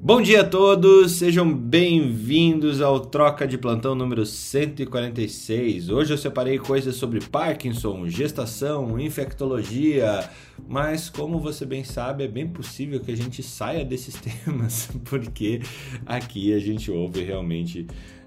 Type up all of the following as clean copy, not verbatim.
Bom dia a todos, sejam bem-vindos ao Troca de Plantão número 146. Hoje eu separei coisas sobre Parkinson, gestação, infectologia, mas como você bem sabe, é bem possível que a gente saia desses temas, porque aqui a gente ouve realmente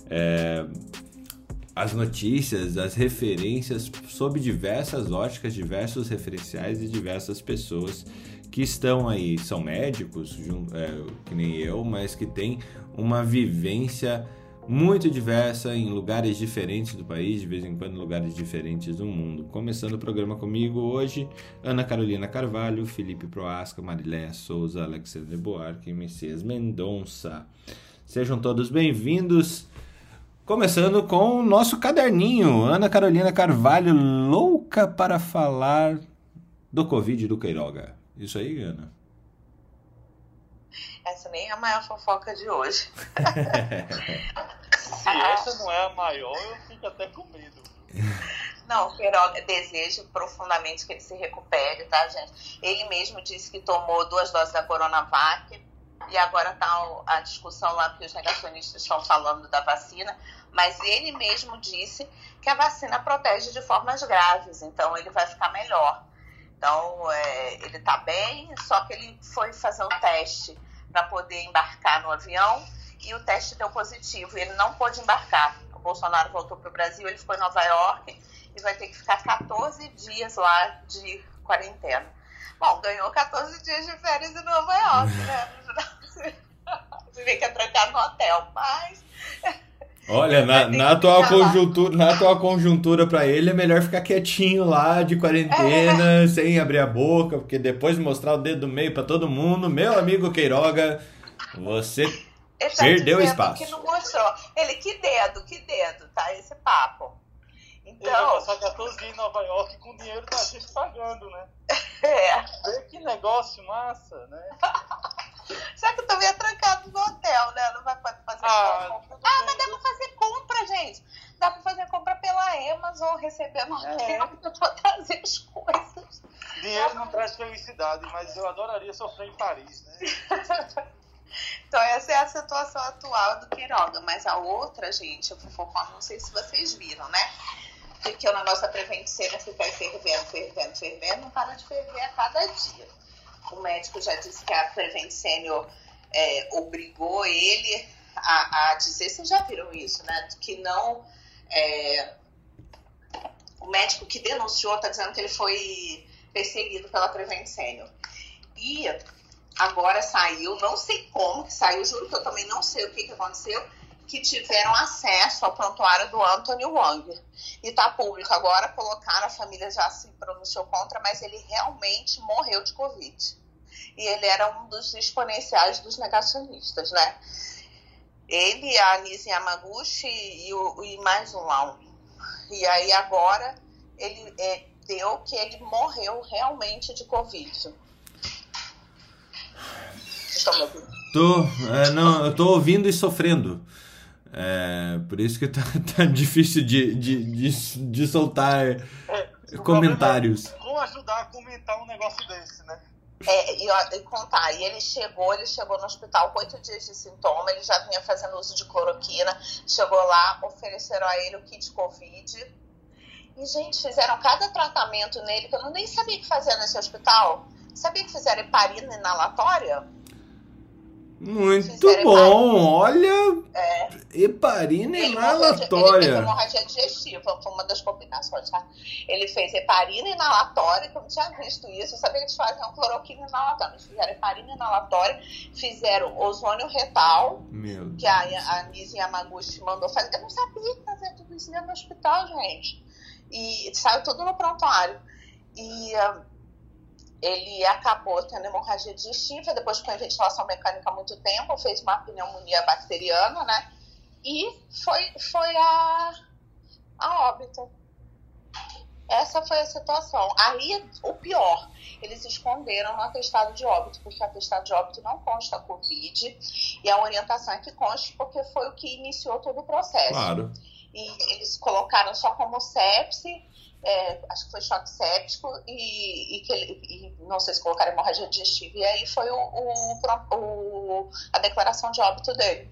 as notícias, as referências sob diversas óticas, diversos referenciais e diversas pessoas que estão aí, são médicos, que nem eu, mas que têm uma vivência muito diversa em lugares diferentes do país, de vez em quando lugares diferentes do mundo. Começando o programa comigo hoje, Ana Carolina Carvalho, Felipe Proasca, Mariléia Souza, Alexandre Buarque e Messias Mendonça. Sejam todos bem-vindos. Começando com o nosso caderninho, Ana Carolina Carvalho, louca para falar do Covid do Queiroga. Isso aí, Ana? Essa nem é a maior fofoca de hoje. Se essa não é a maior, eu fico até com medo. Não, Queiroga, desejo profundamente que ele se recupere, tá, gente? Ele mesmo disse que tomou 2 doses da Coronavac e agora tá a discussão lá porque os negacionistas estão falando da vacina, mas ele mesmo disse que a vacina protege de formas graves, então ele vai ficar melhor. Então, ele está bem, só que ele foi fazer um teste para poder embarcar no avião e o teste deu positivo. E ele não pôde embarcar. O Bolsonaro voltou para o Brasil, ele ficou em Nova York e vai ter que ficar 14 dias lá de quarentena. Bom, ganhou 14 dias de férias em Nova York, né? Você vê que é trancar no hotel, mas... Olha, na atual conjuntura para ele é melhor ficar quietinho lá de quarentena, sem abrir a boca, porque depois de mostrar o dedo do meio para todo mundo, meu amigo Queiroga, você perdeu espaço. Que não mostrou. Ele, que dedo, tá? Esse papo. Então... Ele vai passar 14 dias em Nova York com dinheiro da gente pagando, né? Vê que negócio massa, né? Só que eu também é trancado no hotel, né? Não vai poder fazer compra. Mas dá pra fazer compra, gente. Dá pra fazer compra pela Amazon, receber no hotel pra trazer as coisas. Dinheiro não traz felicidade, mas eu adoraria sofrer em Paris, né? Então essa é a situação atual do Queiroga. Mas a outra, gente, eu vou focar, não sei se vocês viram, né? Porque o negócio da Prevent Senior fica fervendo, não para de ferver a cada dia. O médico já disse que a Prevent Senior obrigou ele a dizer, vocês já viram isso, né? Que não... o médico que denunciou está dizendo que ele foi perseguido pela Prevent Senior. E agora saiu, não sei como que saiu, juro que eu também não sei o que aconteceu, que tiveram acesso ao prontuário do Anthony Wang. E tá público agora, colocaram, a família já se pronunciou contra, mas ele realmente morreu de Covid. E ele era um dos exponenciais dos negacionistas, né? Ele, a Nise Yamaguchi e mais um lá. E aí agora ele deu que ele morreu realmente de Covid. Vocês estão me ouvindo? Não, eu tô ouvindo e sofrendo. Por isso que tá difícil de soltar comentários. Como ajudar a comentar um negócio desse, né? E contar, e ele chegou no hospital com 8 dias de sintoma, ele já vinha fazendo uso de cloroquina, chegou lá, ofereceram a ele o kit Covid, e gente, fizeram cada tratamento nele, que eu nem sabia que fazia nesse hospital. Sabia que fizeram heparina inalatória? Muito bom, olha, heparina inalatória. Ele teve hemorragia digestiva, foi uma das complicações, tá? Ele fez heparina inalatória, que eu não tinha visto isso, eu sabia que eles faziam cloroquina inalatória, eles fizeram heparina inalatória, fizeram ozônio retal, que a Nise Yamaguchi mandou fazer, eu não sabia que fazia tudo isso dentro do hospital, gente, e saiu tudo no prontuário, e... ele acabou tendo hemorragia digestiva, depois ficou em ventilação mecânica há muito tempo, fez uma pneumonia bacteriana, né? E foi a óbito. Essa foi a situação. Aí, o pior, eles esconderam no atestado de óbito, porque o atestado de óbito não consta Covid, e a orientação é que conste, porque foi o que iniciou todo o processo. Claro. E eles colocaram só como sepse, acho que foi choque séptico e não sei se colocaram hemorragia digestiva, e aí foi a declaração de óbito dele.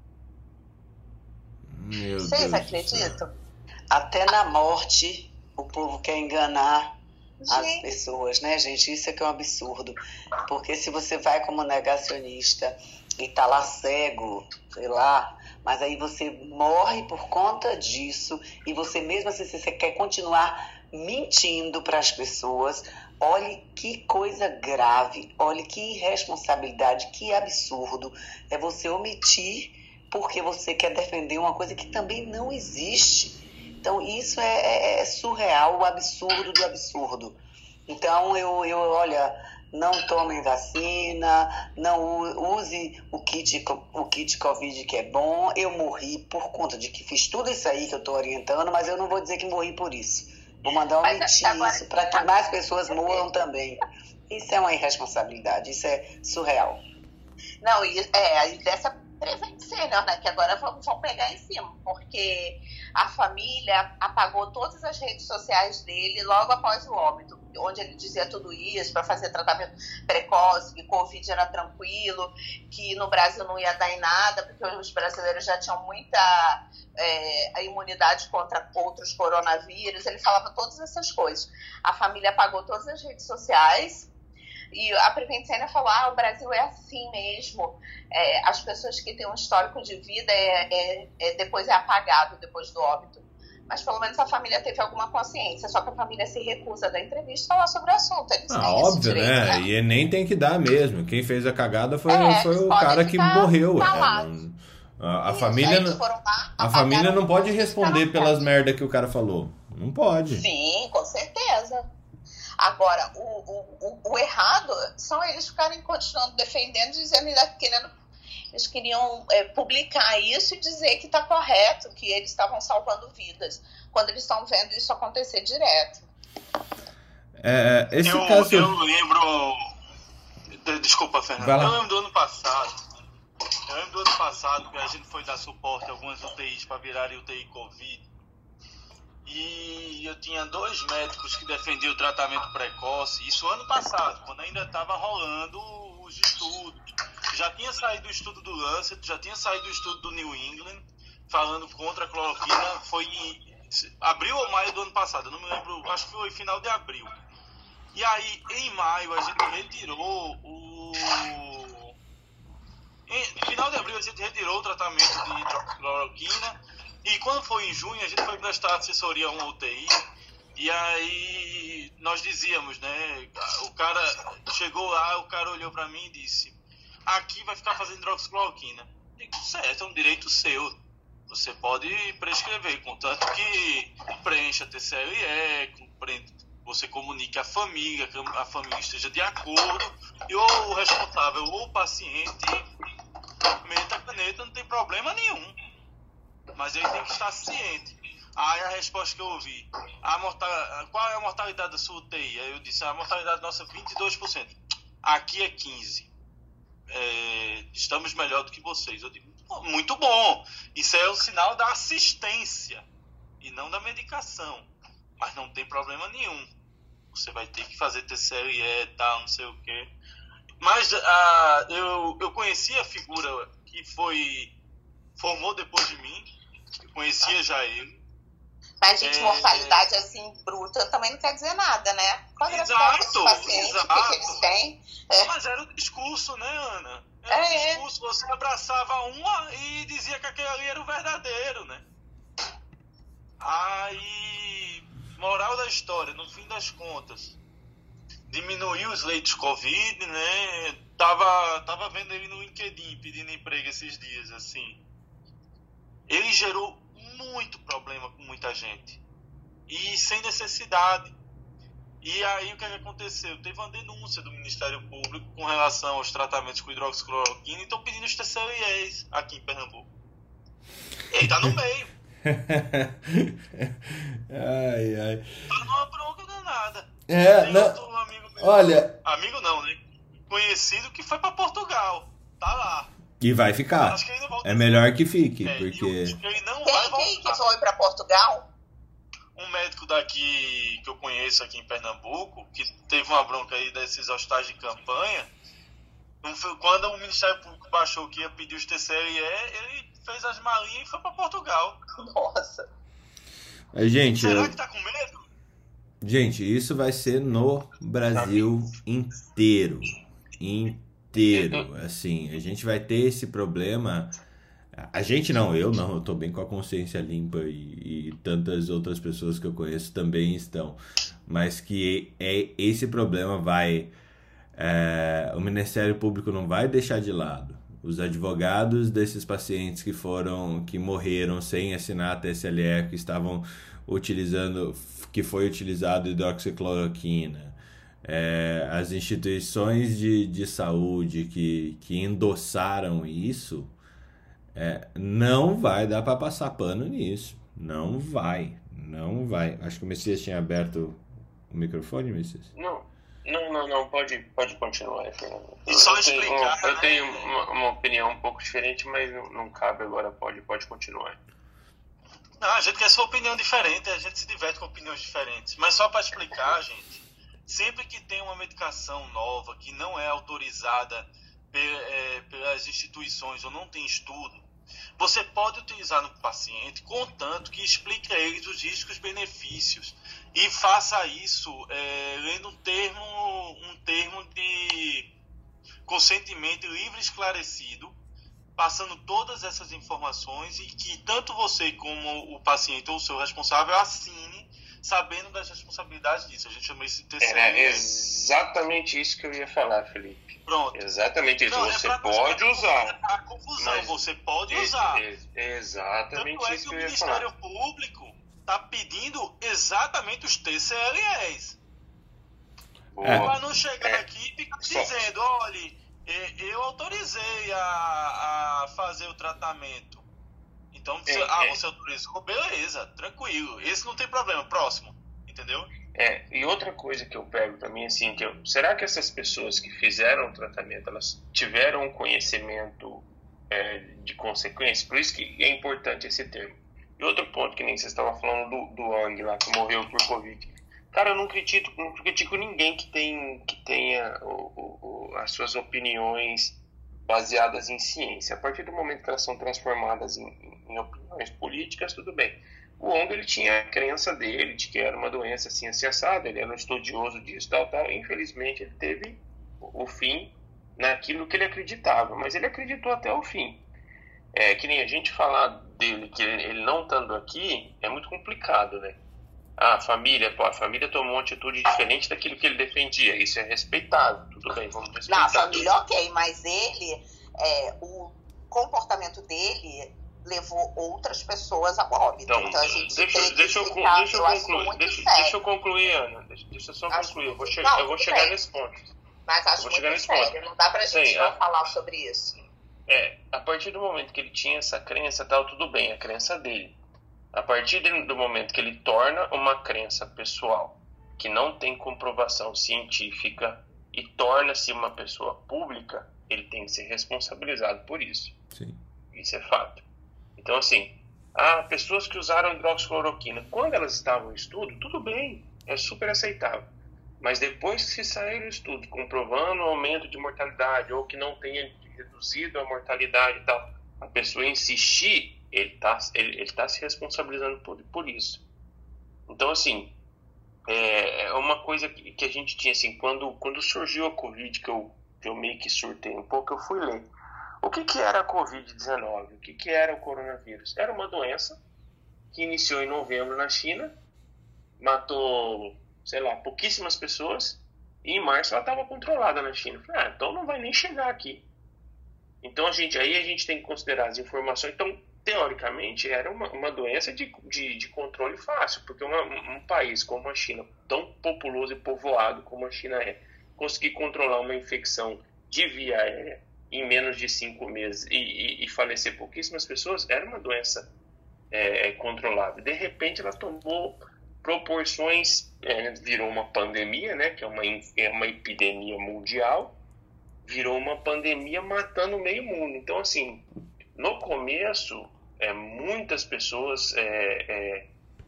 Vocês acreditam? Até na morte o povo quer enganar as pessoas, né, gente? Isso é que é um absurdo. Porque se você vai como negacionista e tá lá cego, sei lá, mas aí você morre por conta disso e você mesmo assim, você quer continuar mentindo para as pessoas. Olhe que coisa grave, olhe que irresponsabilidade, que absurdo é você omitir porque você quer defender uma coisa que também não existe. Então isso é surreal, o absurdo do absurdo. Então olha, não tomem vacina, não use o kit Covid, que é bom. Eu morri por conta de que fiz tudo isso aí que eu estou orientando, mas eu não vou dizer que morri por isso. Vou mandar omitir isso para que mais pessoas morram também. Isso é uma irresponsabilidade, isso é surreal. Não, e dessa prevenção, né, que agora vão pegar em cima, porque a família apagou todas as redes sociais dele logo após o óbito, onde ele dizia tudo isso para fazer tratamento precoce, que Covid era tranquilo, que no Brasil não ia dar em nada, porque os brasileiros já tinham muita a imunidade contra outros coronavírus. Ele falava todas essas coisas. A família apagou todas as redes sociais. E a Prevent Senior falou, o Brasil é assim mesmo, as pessoas que têm um histórico de vida depois é apagado, depois do óbito. Mas pelo menos a família teve alguma consciência, só que a família se recusa da entrevista a falar sobre o assunto. Eles óbvio, direito, né? E nem tem que dar mesmo. Quem fez a cagada foi o cara que morreu. A família não pode responder pelas merdas que o cara falou. Não pode. Sim, com certeza. Agora, o errado são eles ficarem continuando defendendo, dizendo que eles queriam publicar isso e dizer que está correto, que eles estavam salvando vidas, quando eles estão vendo isso acontecer direto. Eu lembro... Desculpa, Fernando. Eu lembro do ano passado que a gente foi dar suporte a algumas UTIs para virarem UTI Covid. E eu tinha 2 médicos que defendiam o tratamento precoce, isso ano passado, quando ainda estava rolando os estudos. Já tinha saído o estudo do Lancet, já tinha saído o estudo do New England, falando contra a cloroquina, foi em abril ou maio do ano passado, eu não me lembro, acho que foi final de abril. E aí, em maio, a gente retirou Em final de abril, a gente retirou o tratamento de hidroxicloroquina. E quando foi em junho, a gente foi prestar assessoria a uma UTI. E aí nós dizíamos, né? O cara chegou lá, o cara olhou para mim e disse: aqui vai ficar fazendo hidroxicloroquina. Eu digo, certo, é um direito seu. Você pode prescrever, contanto que preencha TCLE, você comunique à família, que a família esteja de acordo, e ou o responsável ou o paciente meta a caneta, não tem problema nenhum. Mas ele tem que estar ciente. Aí a resposta que eu ouvi, qual é a mortalidade da sua UTI? Aí eu disse, a mortalidade nossa é 22%. Aqui é 15%. Estamos melhor do que vocês. Eu digo, muito bom. Isso é o sinal da assistência e não da medicação. Mas não tem problema nenhum. Você vai ter que fazer TCLE e tal, não sei o quê. Mas eu conheci a figura que formou depois de mim. Eu conhecia já ele. Mas, gente, mortalidade assim, bruta, também não quer dizer nada, né? Qual é a gravidade dos pacientes, o que eles têm? Mas era o discurso, né, Ana? Era o discurso, você abraçava uma e dizia que aquele ali era o verdadeiro, né? Aí, moral da história, no fim das contas, diminuiu os leitos Covid, né? Tava vendo ele no LinkedIn pedindo emprego esses dias, assim. Ele gerou muito problema com muita gente. E sem necessidade. E aí o que aconteceu? Teve uma denúncia do Ministério Público com relação aos tratamentos com hidroxicloroquina e estão pedindo os TCLEs aqui em Pernambuco. Ele tá no meio. Ai. Tá numa bronca danada. Não. Amigo meu, olha. Amigo não, né? Conhecido que foi pra Portugal. Tá lá. E vai ficar. Acho que ele não volta. É melhor que fique, porque... Ele não vai voltar. Quem que foi pra Portugal? Um médico daqui, que eu conheço aqui em Pernambuco, que teve uma bronca aí desses hospitais de campanha. Quando o Ministério Público baixou que ia pedir os TCLE, ele fez as malinhas e foi para Portugal. Nossa. Gente, será que tá com medo? Gente, isso vai ser no Brasil inteiro. Inteiro. Assim, a gente vai ter esse problema. A gente não, eu tô bem com a consciência limpa e tantas outras pessoas que eu conheço também estão. Mas que esse problema vai... o Ministério Público não vai deixar de lado. Os advogados desses pacientes que morreram sem assinar a TSLE, que estavam utilizando, que foi utilizado hidroxicloroquina, as instituições de saúde que endossaram isso, não vai dar para passar pano nisso. Não vai. Acho que o Messias tinha aberto o microfone, Messias? Não, pode continuar, Fernando. E só explicar, eu tenho uma opinião um pouco diferente, mas não cabe agora, pode continuar. Não, a gente quer sua opinião diferente, a gente se diverte com opiniões diferentes. Mas só para explicar, gente, sempre que tem uma medicação nova que não é autorizada pelas instituições ou não tem estudo, você pode utilizar no paciente, contanto que explique a eles os riscos e benefícios. E faça isso lendo um termo de consentimento livre e esclarecido, passando todas essas informações e que tanto você como o paciente ou o seu responsável assine, sabendo das responsabilidades disso. A gente chama isso de TCLE. É exatamente isso que eu ia falar, Felipe. Pronto. Exatamente isso. Você pode usar. A confusão, você pode usar. Exatamente tanto isso que o eu ia falar. Ministério Público está pedindo exatamente os TCLEs. Para não chegar aqui e ficar dizendo, olha, eu autorizei a fazer o tratamento. Então, você autorizou, beleza, tranquilo. Esse não tem problema, próximo, entendeu? E outra coisa que eu pego também, assim, será que essas pessoas que fizeram o tratamento, elas tiveram um conhecimento de consequência? Por isso que é importante esse termo. E outro ponto, que nem você estava falando do Ang lá, que morreu por Covid. Cara, eu não critico ninguém que tenha as suas opiniões baseadas em ciência. A partir do momento que elas são transformadas em opiniões políticas, tudo bem. O Ong, ele tinha a crença dele de que era uma doença assim associada, ele era um estudioso disso, tal. Infelizmente, ele teve o fim naquilo que ele acreditava, mas ele acreditou até o fim. Que nem a gente falar dele, que ele não estando aqui, é muito complicado, né? A família tomou uma atitude diferente daquilo que ele defendia. Isso é respeitável, tudo bem, vamos respeitar. Na família, ok, mas ele, o comportamento dele levou outras pessoas a óbito. Então a gente deixa eu concluir, Ana. Deixa eu só concluir. Eu vou chegar nesse ponto. Mas acho muito sério, não dá pra gente não falar sobre isso. A partir do momento que ele tinha essa crença, tal, tudo bem, a crença dele. A partir do momento que ele torna uma crença pessoal, que não tem comprovação científica, e torna-se uma pessoa pública, ele tem que ser responsabilizado por isso. Sim. Isso é fato. Então, assim, pessoas que usaram hidroxicloroquina, quando elas estavam em estudo, tudo bem, é super aceitável. Mas depois que se sair do estudo comprovando o aumento de mortalidade, ou que não tenha reduzido a mortalidade e tal, a pessoa insistir, ele tá se responsabilizando por isso. Então, assim, é uma coisa que a gente tinha, assim, quando surgiu a Covid, que eu meio que surtei um pouco, eu fui ler. O que era a Covid-19? O que era o coronavírus? Era uma doença que iniciou em novembro na China, matou, sei lá, pouquíssimas pessoas, e em março ela estava controlada na China. Falei, então não vai nem chegar aqui. Então a gente tem que considerar as informações. Então, teoricamente, era uma doença de controle fácil, porque um país como a China, tão populoso e povoado como a China conseguir controlar uma infecção de via aérea em menos de 5 meses e falecer pouquíssimas pessoas, era uma doença controlável. De repente, ela tomou proporções, virou uma pandemia, né, que é uma epidemia mundial, virou uma pandemia matando meio mundo. Então, assim, no começo, muitas pessoas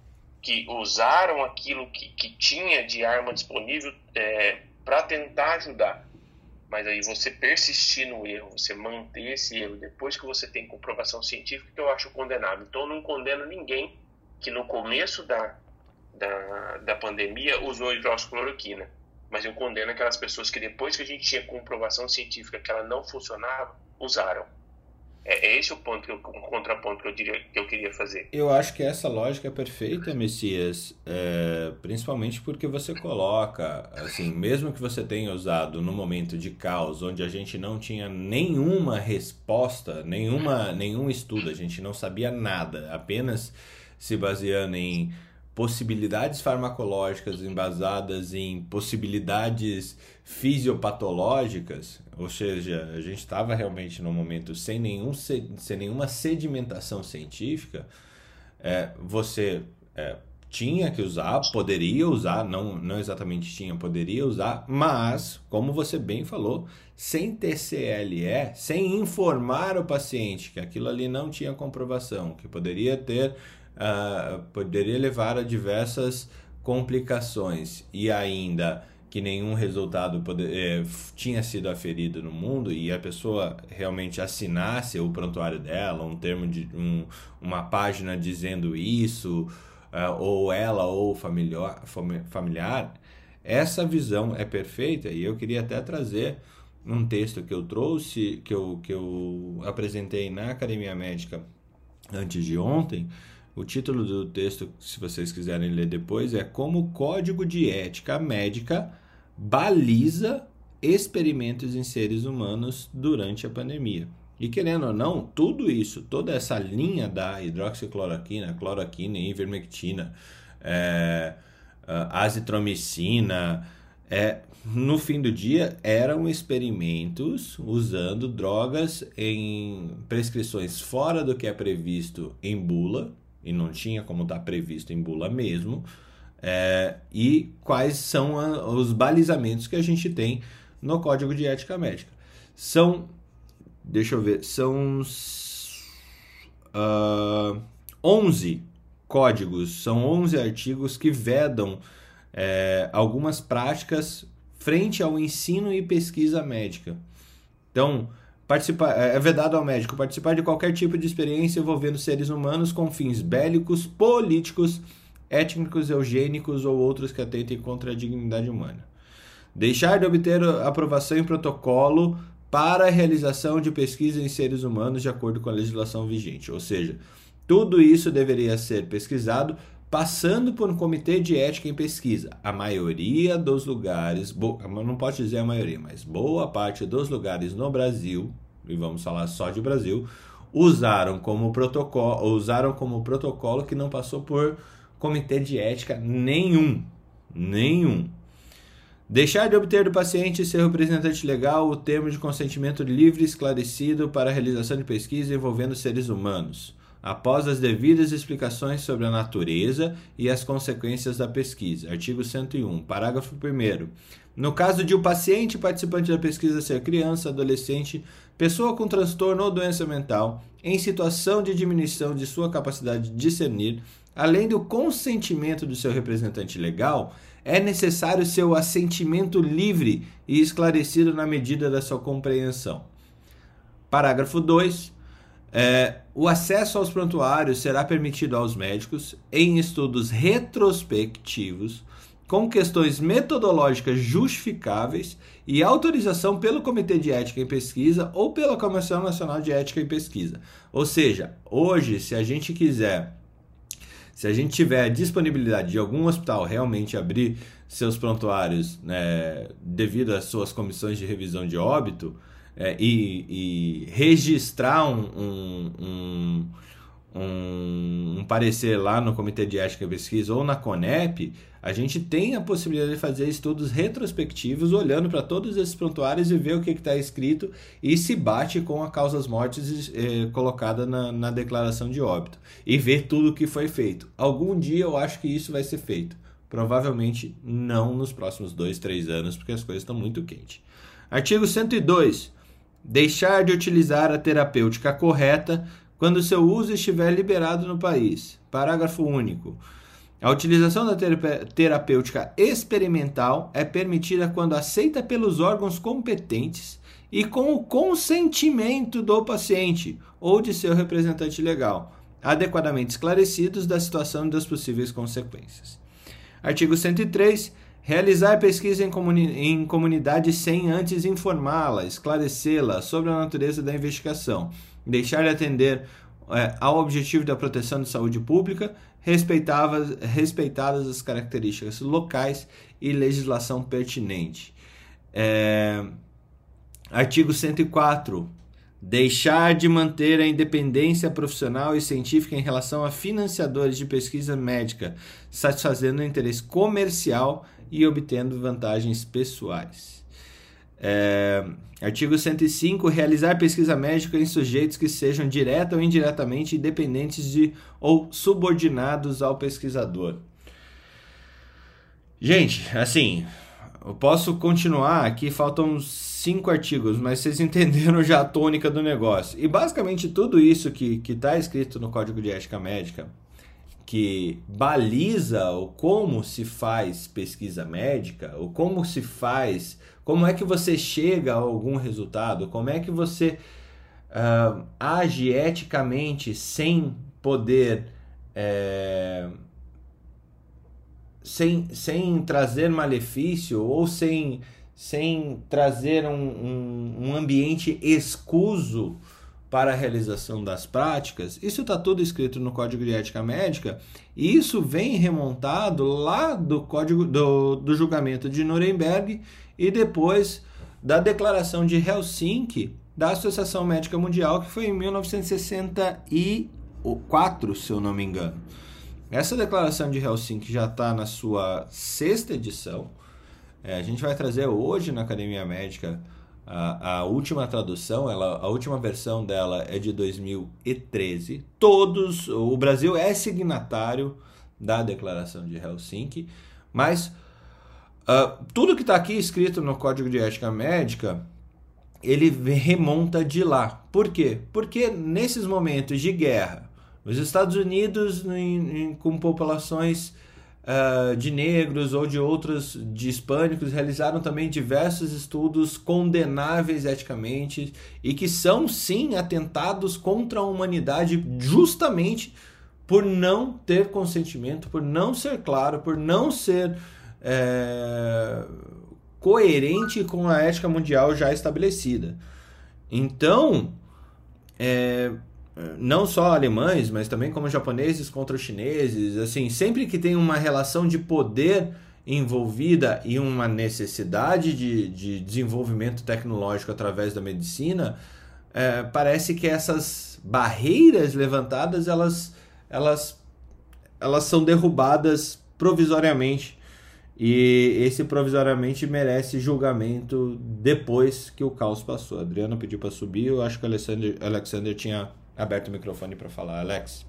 que usaram aquilo que tinha de arma disponível para tentar ajudar. Mas aí você persistir no erro, você manter esse erro depois que você tem comprovação científica, que eu acho condenável. Então eu não condeno ninguém que no começo da pandemia usou hidroxicloroquina. Mas eu condeno aquelas pessoas que depois que a gente tinha comprovação científica que ela não funcionava, usaram. É esse o ponto, o contraponto que eu queria fazer. Eu acho que essa lógica é perfeita, Messias, principalmente porque você coloca, assim, mesmo que você tenha usado no momento de caos, onde a gente não tinha nenhuma resposta, nenhum estudo, a gente não sabia nada, apenas se baseando em possibilidades farmacológicas embasadas em possibilidades fisiopatológicas, ou seja, a gente estava realmente num momento sem nenhuma sedimentação científica, você tinha que usar, poderia usar, não exatamente tinha, poderia usar, mas, como você bem falou, sem TCLE, sem informar o paciente que aquilo ali não tinha comprovação, que poderia levar a diversas complicações e ainda que nenhum resultado tinha sido aferido no mundo e a pessoa realmente assinasse o prontuário dela, um termo de uma página dizendo isso, ou ela ou familiar, essa visão é perfeita. E eu queria até trazer um texto que eu trouxe, que eu apresentei na Academia Médica antes de ontem. O título do texto, se vocês quiserem ler depois, é Como o Código de Ética Médica baliza experimentos em seres humanos durante a pandemia. E querendo ou não, tudo isso, toda essa linha da hidroxicloroquina, cloroquina, ivermectina, azitromicina, no fim do dia eram experimentos usando drogas em prescrições fora do que é previsto em bula, e não tinha como estar previsto em bula mesmo, e quais são os balizamentos que a gente tem no Código de Ética Médica. São 11 códigos, são 11 artigos que vedam algumas práticas frente ao ensino e pesquisa médica. Então, é vedado ao médico participar de qualquer tipo de experiência envolvendo seres humanos com fins bélicos, políticos, étnicos, eugênicos ou outros que atentem contra a dignidade humana. Deixar de obter aprovação em protocolo para a realização de pesquisa em seres humanos de acordo com a legislação vigente. Ou seja, tudo isso deveria ser pesquisado passando por um comitê de ética em pesquisa. A maioria dos lugares, não posso dizer a maioria, mas boa parte dos lugares no Brasil, e vamos falar só de Brasil, usaram como protocolo que não passou por comitê de ética nenhum. Deixar de obter do paciente e seu representante legal o termo de consentimento livre e esclarecido para a realização de pesquisa envolvendo seres humanos, após as devidas explicações sobre a natureza e as consequências da pesquisa. Artigo 101, parágrafo 1º. No caso de o paciente participante da pesquisa ser criança, adolescente, pessoa com transtorno ou doença mental, em situação de diminuição de sua capacidade de discernir, além do consentimento do seu representante legal, é necessário seu assentimento livre e esclarecido na medida da sua compreensão. Parágrafo 2. O acesso aos prontuários será permitido aos médicos em estudos retrospectivos com questões metodológicas justificáveis e autorização pelo Comitê de Ética em Pesquisa ou pela Comissão Nacional de Ética em Pesquisa. Ou seja, hoje, se a gente tiver a disponibilidade de algum hospital realmente abrir seus prontuários, devido às suas comissões de revisão de óbito, e registrar um parecer lá no Comitê de Ética e Pesquisa ou na CONEP, a gente tem a possibilidade de fazer estudos retrospectivos olhando para todos esses prontuários e ver o que está escrito e se bate com a causas-mortes colocada na declaração de óbito e ver tudo o que foi feito. Algum dia eu acho que isso vai ser feito. Provavelmente não nos próximos 2-3 anos, porque as coisas estão muito quentes. Artigo 102. Deixar de utilizar a terapêutica correta quando seu uso estiver liberado no país. Parágrafo único. A utilização da terapêutica experimental é permitida quando aceita pelos órgãos competentes e com o consentimento do paciente ou de seu representante legal, adequadamente esclarecidos da situação e das possíveis consequências. Artigo 103. Realizar pesquisa em comunidade sem antes informá-la, esclarecê-la sobre a natureza da investigação, deixar de atender ao objetivo da proteção de saúde pública, respeitadas as características locais e legislação pertinente. Artigo 104. Deixar de manter a independência profissional e científica em relação a financiadores de pesquisa médica, satisfazendo o interesse comercial e obtendo vantagens pessoais. Artigo 105. Realizar pesquisa médica em sujeitos que sejam direta ou indiretamente dependentes de ou subordinados ao pesquisador. Gente, assim, eu posso continuar aqui, faltam 5 artigos, mas vocês entenderam já a tônica do negócio. E basicamente tudo isso que está escrito no Código de Ética Médica, que baliza o como se faz pesquisa médica, o como se faz, como é que você chega a algum resultado, como é que você age eticamente sem poder, sem trazer malefício ou sem trazer um ambiente escuso para a realização das práticas. Isso está tudo escrito no Código de Ética Médica e isso vem remontado lá do Código do julgamento de Nuremberg e depois da Declaração de Helsinki da Associação Médica Mundial, que foi em 1964, se eu não me engano. Essa Declaração de Helsinki já está na sua 6ª edição. A gente vai trazer hoje na Academia Médica a última tradução, a última versão dela é de 2013. O Brasil é signatário da Declaração de Helsinki, mas tudo que está aqui escrito no Código de Ética Médica, ele remonta de lá. Por quê? Porque nesses momentos de guerra, os Estados Unidos, com populações de negros ou de outros, de hispânicos, realizaram também diversos estudos condenáveis eticamente e que são, sim, atentados contra a humanidade justamente por não ter consentimento, por não ser claro, por não ser coerente com a ética mundial já estabelecida. Então, não só alemães, mas também como japoneses contra os chineses, assim, sempre que tem uma relação de poder envolvida e uma necessidade de desenvolvimento tecnológico através da medicina, parece que essas barreiras levantadas, elas são derrubadas provisoriamente, e esse provisoriamente merece julgamento depois que o caos passou. A Adriana pediu para subir, eu acho que o Alexander tinha aberto o microfone para falar. Alex.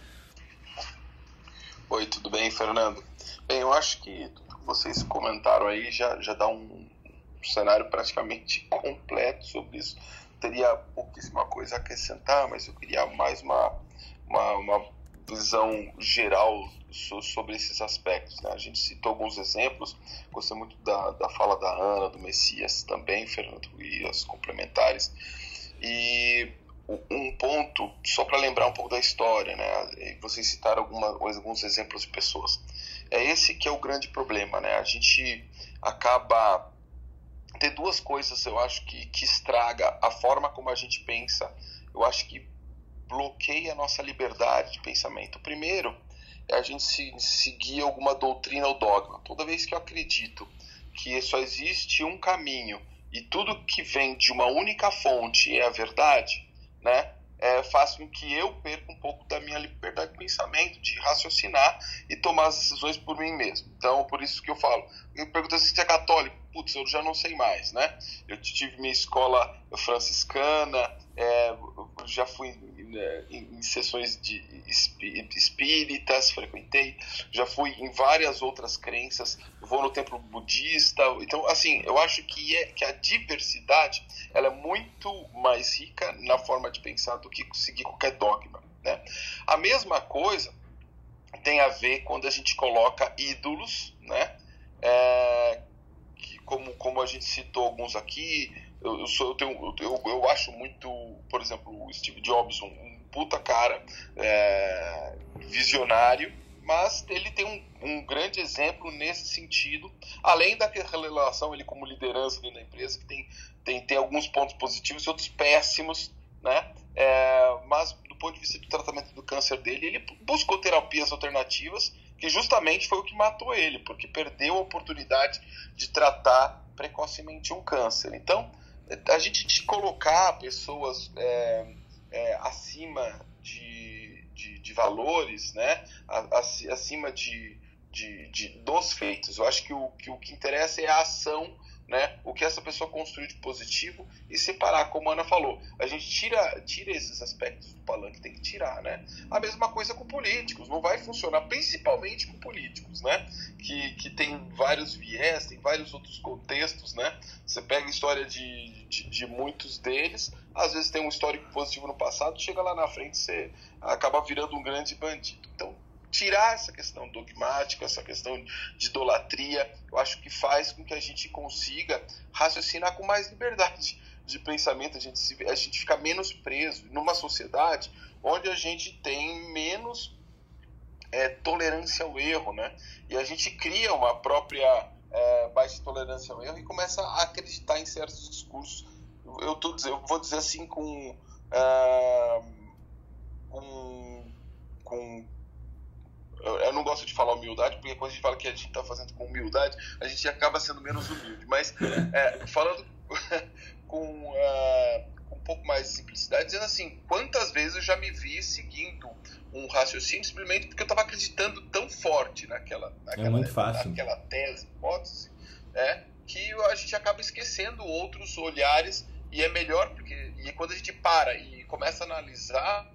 Oi, tudo bem, Fernando? Bem, eu acho que tudo que vocês comentaram aí já dá um cenário praticamente completo sobre isso. Teria pouquíssima coisa a acrescentar, mas eu queria mais uma visão geral sobre esses aspectos, né? A gente citou alguns exemplos, gostei muito da fala da Ana, do Messias também, Fernando, e as complementares. E um ponto, só para lembrar um pouco da história, né? Vocês citaram alguns exemplos de pessoas. É esse que é o grande problema, né? A gente acaba... Tem duas coisas, eu acho, que estraga a forma como a gente pensa. Eu acho que bloqueia a nossa liberdade de pensamento. O primeiro é a gente seguir alguma doutrina ou dogma. Toda vez que eu acredito que só existe um caminho e tudo que vem de uma única fonte é a verdade, né, faz com que eu perca um pouco da minha liberdade de pensamento, de raciocinar e tomar as decisões por mim mesmo. Então, por isso que eu falo. Eu pergunto se você é católico. Putz, eu já não sei mais, né? Eu tive minha escola franciscana, já fui em sessões de espíritas, frequentei, já fui em várias outras crenças, vou no templo budista. Então, assim, eu acho que a diversidade ela é muito mais rica na forma de pensar do que seguir qualquer dogma, né? A mesma coisa tem a ver quando a gente coloca ídolos, né? Que como a gente citou alguns aqui, eu acho muito, por exemplo, o Steve Jobs um puta cara, visionário, mas ele tem um grande exemplo nesse sentido, além daquela relação ele como liderança dentro da empresa, que tem alguns pontos positivos e outros péssimos, né? Mas do ponto de vista do tratamento do câncer dele, ele buscou terapias alternativas, que justamente foi o que matou ele, porque perdeu a oportunidade de tratar precocemente um câncer. Então, a gente colocar pessoas acima de valores, né? Acima dos feitos. Eu acho que o que interessa é a ação, né? O que essa pessoa construiu de positivo, e separar, como a Ana falou, a gente tira esses aspectos do palanque, tem que tirar, né? A mesma coisa com políticos, não vai funcionar, principalmente com políticos, né? Que tem vários viés, tem vários outros contextos, né? Você pega a história de muitos deles, às vezes tem um histórico positivo no passado, chega lá na frente, você acaba virando um grande bandido. Então, tirar essa questão dogmática, essa questão de idolatria, eu acho que faz com que a gente consiga raciocinar com mais liberdade de pensamento, a gente fica menos preso numa sociedade onde a gente tem menos tolerância ao erro, né? E a gente cria uma própria baixa tolerância ao erro e começa a acreditar em certos discursos. Eu vou dizer assim eu não gosto de falar humildade, porque quando a gente fala que a gente está fazendo com humildade, a gente acaba sendo menos humilde. Mas falando com um pouco mais de simplicidade, dizendo assim, quantas vezes eu já me vi seguindo um raciocínio simplesmente porque eu estava acreditando tão forte naquela tese, hipótese, que a gente acaba esquecendo outros olhares, e é melhor, porque quando a gente para e começa a analisar,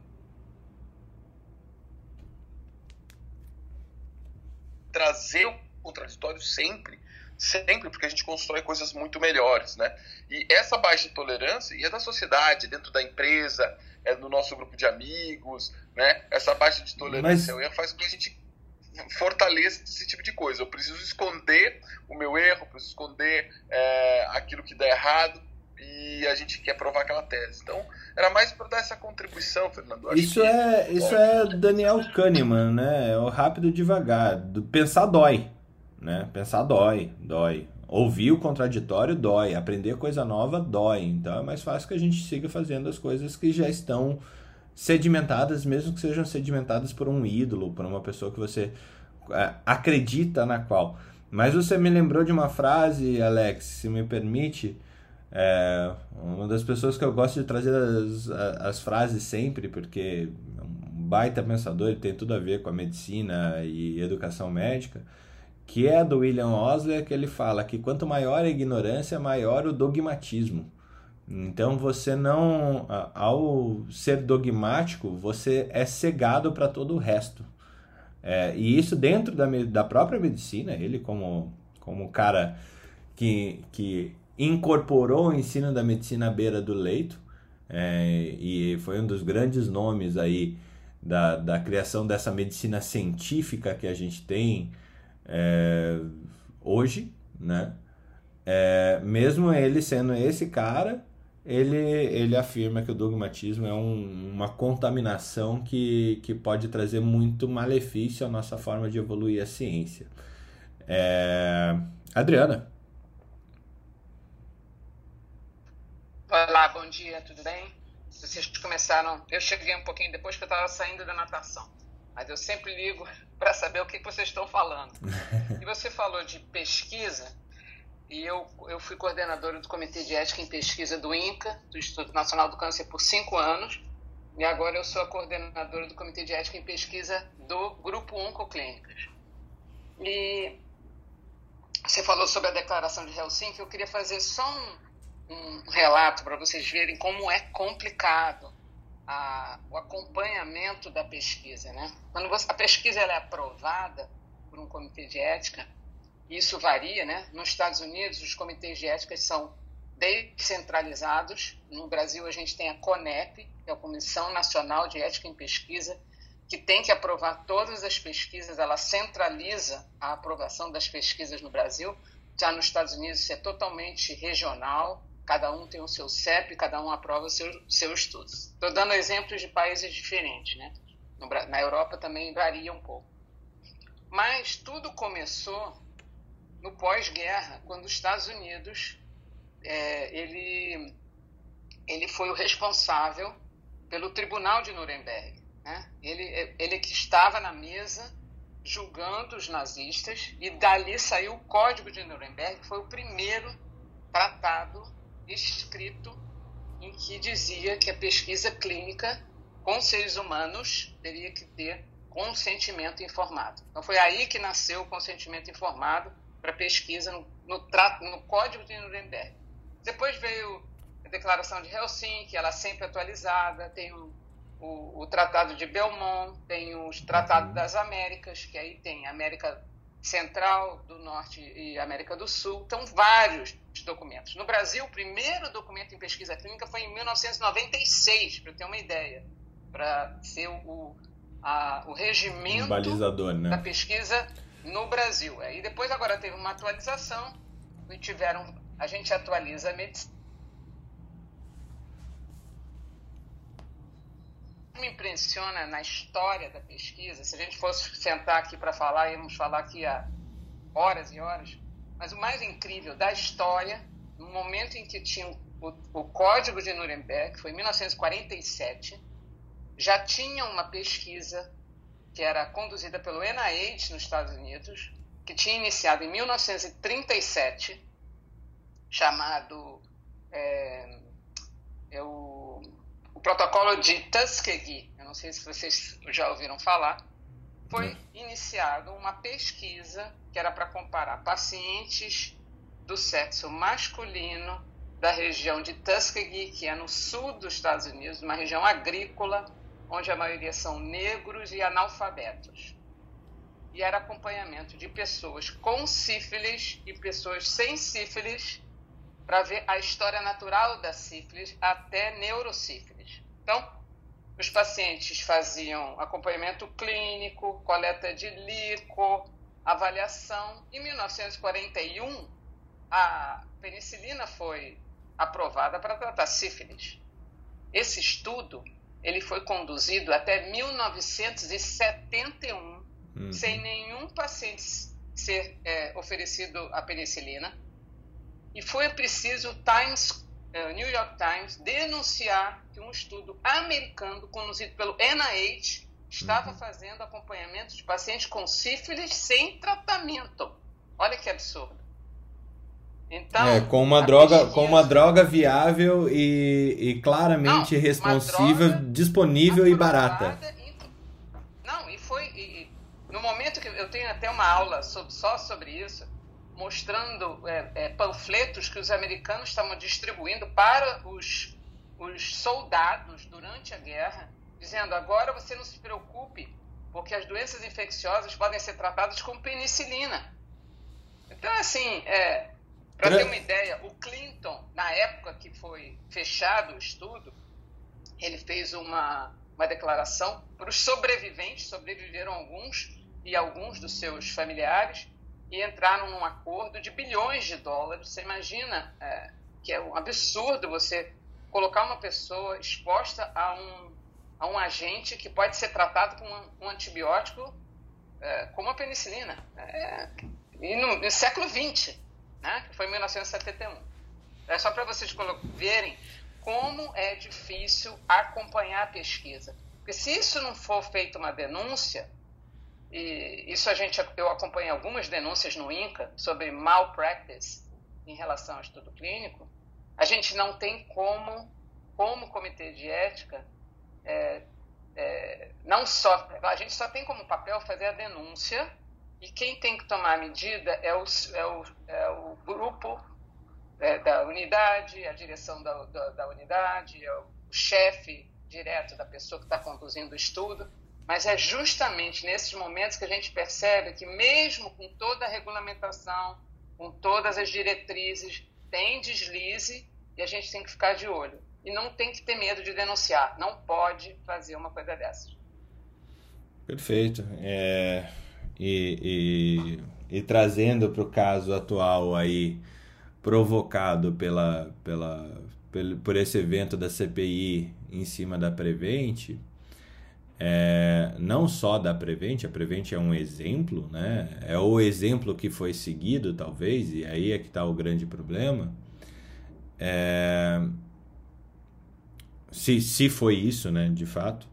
trazer o contraditório sempre, porque a gente constrói coisas muito melhores, né? E essa baixa tolerância, e é da sociedade, dentro da empresa, é do nosso grupo de amigos, né? Essa baixa de tolerância ao erro faz com que a gente fortaleça esse tipo de coisa. Eu preciso esconder o meu erro, preciso esconder aquilo que dá errado, e a gente quer provar aquela tese. Então, era mais para dar essa contribuição, Fernando. Isso é Daniel Kahneman, né? É o rápido e devagar. Pensar dói, né? Pensar dói. Ouvir o contraditório dói. Aprender coisa nova dói. Então, é mais fácil que a gente siga fazendo as coisas que já estão sedimentadas, mesmo que sejam sedimentadas por um ídolo, por uma pessoa que você acredita na qual. Mas você me lembrou de uma frase, Alex, se me permite. Uma das pessoas que eu gosto de trazer as frases sempre, porque é um baita pensador, ele tem tudo a ver com a medicina e educação médica, que é do William Osler, que ele fala que quanto maior a ignorância, maior o dogmatismo. Então você não, ao ser dogmático, você é cegado para todo o resto. E isso dentro da própria medicina, ele como cara que incorporou o ensino da medicina à beira do leito, e foi um dos grandes nomes aí da criação dessa medicina científica que a gente tem hoje, né? Mesmo ele sendo esse cara, ele afirma que o dogmatismo é uma contaminação que pode trazer muito malefício à nossa forma de evoluir a ciência. Adriana. Olá, bom dia, tudo bem? Vocês começaram... Eu cheguei um pouquinho depois que eu estava saindo da natação, mas eu sempre ligo para saber o que vocês estão falando. E você falou de pesquisa, e eu fui coordenadora do Comitê de Ética em Pesquisa do INCA, do Instituto Nacional do Câncer, por 5 anos, e agora eu sou a coordenadora do Comitê de Ética em Pesquisa do Grupo Oncoclínicas. E você falou sobre a Declaração de Helsinki, eu queria fazer só um relato para vocês verem como é complicado o acompanhamento da pesquisa, né? Quando a pesquisa ela é aprovada por um comitê de ética, isso varia, né? Nos Estados Unidos, os comitês de ética são descentralizados. No Brasil, a gente tem a CONEP, que é a Comissão Nacional de Ética em Pesquisa, que tem que aprovar todas as pesquisas, ela centraliza a aprovação das pesquisas no Brasil. Já nos Estados Unidos isso é totalmente regional, cada um tem o seu CEP, cada um aprova o seu estudo. Estou dando exemplos de países diferentes, né? Na Europa também varia um pouco. Mas tudo começou no pós-guerra, quando os Estados Unidos, ele foi o responsável pelo Tribunal de Nuremberg, né? Ele que estava na mesa julgando os nazistas, e dali saiu o Código de Nuremberg, que foi o primeiro tratado escrito em que dizia que a pesquisa clínica com seres humanos teria que ter consentimento informado. Então foi aí que nasceu o consentimento informado para pesquisa no Código de Nuremberg. Depois veio a Declaração de Helsinki, ela é sempre atualizada, tem o Tratado de Belmont, tem os Tratados das Américas, que aí tem América Central, do Norte e América do Sul. Então, vários documentos. No Brasil, o primeiro documento em pesquisa clínica foi em 1996, para eu ter uma ideia, para ser o regimento balizador, né, da pesquisa no Brasil. Aí depois, agora teve uma atualização, e a gente atualiza a medicina. Me impressiona na história da pesquisa, se a gente fosse sentar aqui para falar, íamos falar aqui há horas e horas, mas o mais incrível da história, no momento em que tinha o Código de Nuremberg, que foi em 1947, já tinha uma pesquisa que era conduzida pelo NIH nos Estados Unidos, que tinha iniciado em 1937, chamado o protocolo de Tuskegee. Eu não sei se vocês já ouviram falar. Foi iniciado uma pesquisa que era para comparar pacientes do sexo masculino da região de Tuskegee, que é no sul dos Estados Unidos, uma região agrícola, onde a maioria são negros e analfabetos. E era acompanhamento de pessoas com sífilis e pessoas sem sífilis, para ver a história natural da sífilis até neurosífilis. Então, os pacientes faziam acompanhamento clínico, coleta de líquor, avaliação. Em 1941, a penicilina foi aprovada para tratar sífilis. Esse estudo ele foi conduzido até 1971, sem nenhum paciente ser oferecido a penicilina. E foi preciso o New York Times denunciar que um estudo americano conduzido pelo NIH estava fazendo acompanhamento de pacientes com sífilis sem tratamento. Olha que absurdo. Então, com uma droga viável e claramente responsiva, disponível e barata. No momento que eu tenho até uma aula só sobre isso, mostrando panfletos que os americanos estavam distribuindo para os soldados durante a guerra, dizendo: agora você não se preocupe, porque as doenças infecciosas podem ser tratadas com penicilina. Então, assim, para ter uma ideia, o Clinton, na época que foi fechado o estudo, ele fez uma declaração para os sobreviventes, sobreviveram alguns, e alguns dos seus familiares, e entraram num acordo de bilhões de dólares. Você imagina que é um absurdo você colocar uma pessoa exposta a um agente que pode ser tratado com um antibiótico como a penicilina. E no século XX, né, que foi em 1971. É só para vocês verem como é difícil acompanhar a pesquisa. Porque se isso não for feito uma denúncia, e isso eu acompanhei algumas denúncias no INCA sobre malpractice em relação ao estudo clínico, a gente não tem como comitê de ética, a gente só tem como papel fazer a denúncia, e quem tem que tomar a medida é o grupo da unidade, a direção da unidade, é o chefe direto da pessoa que está conduzindo o estudo. Mas é justamente nesses momentos que a gente percebe que, mesmo com toda a regulamentação, com todas as diretrizes, tem deslize, e a gente tem que ficar de olho. E não tem que ter medo de denunciar. Não pode fazer uma coisa dessas. Perfeito. E trazendo para o caso atual aí, provocado por esse evento da CPI em cima da Prevent, não só da Prevent, a Prevent é um exemplo, né? É o exemplo que foi seguido, talvez, e aí é que está o grande problema. Se foi isso, né, de fato,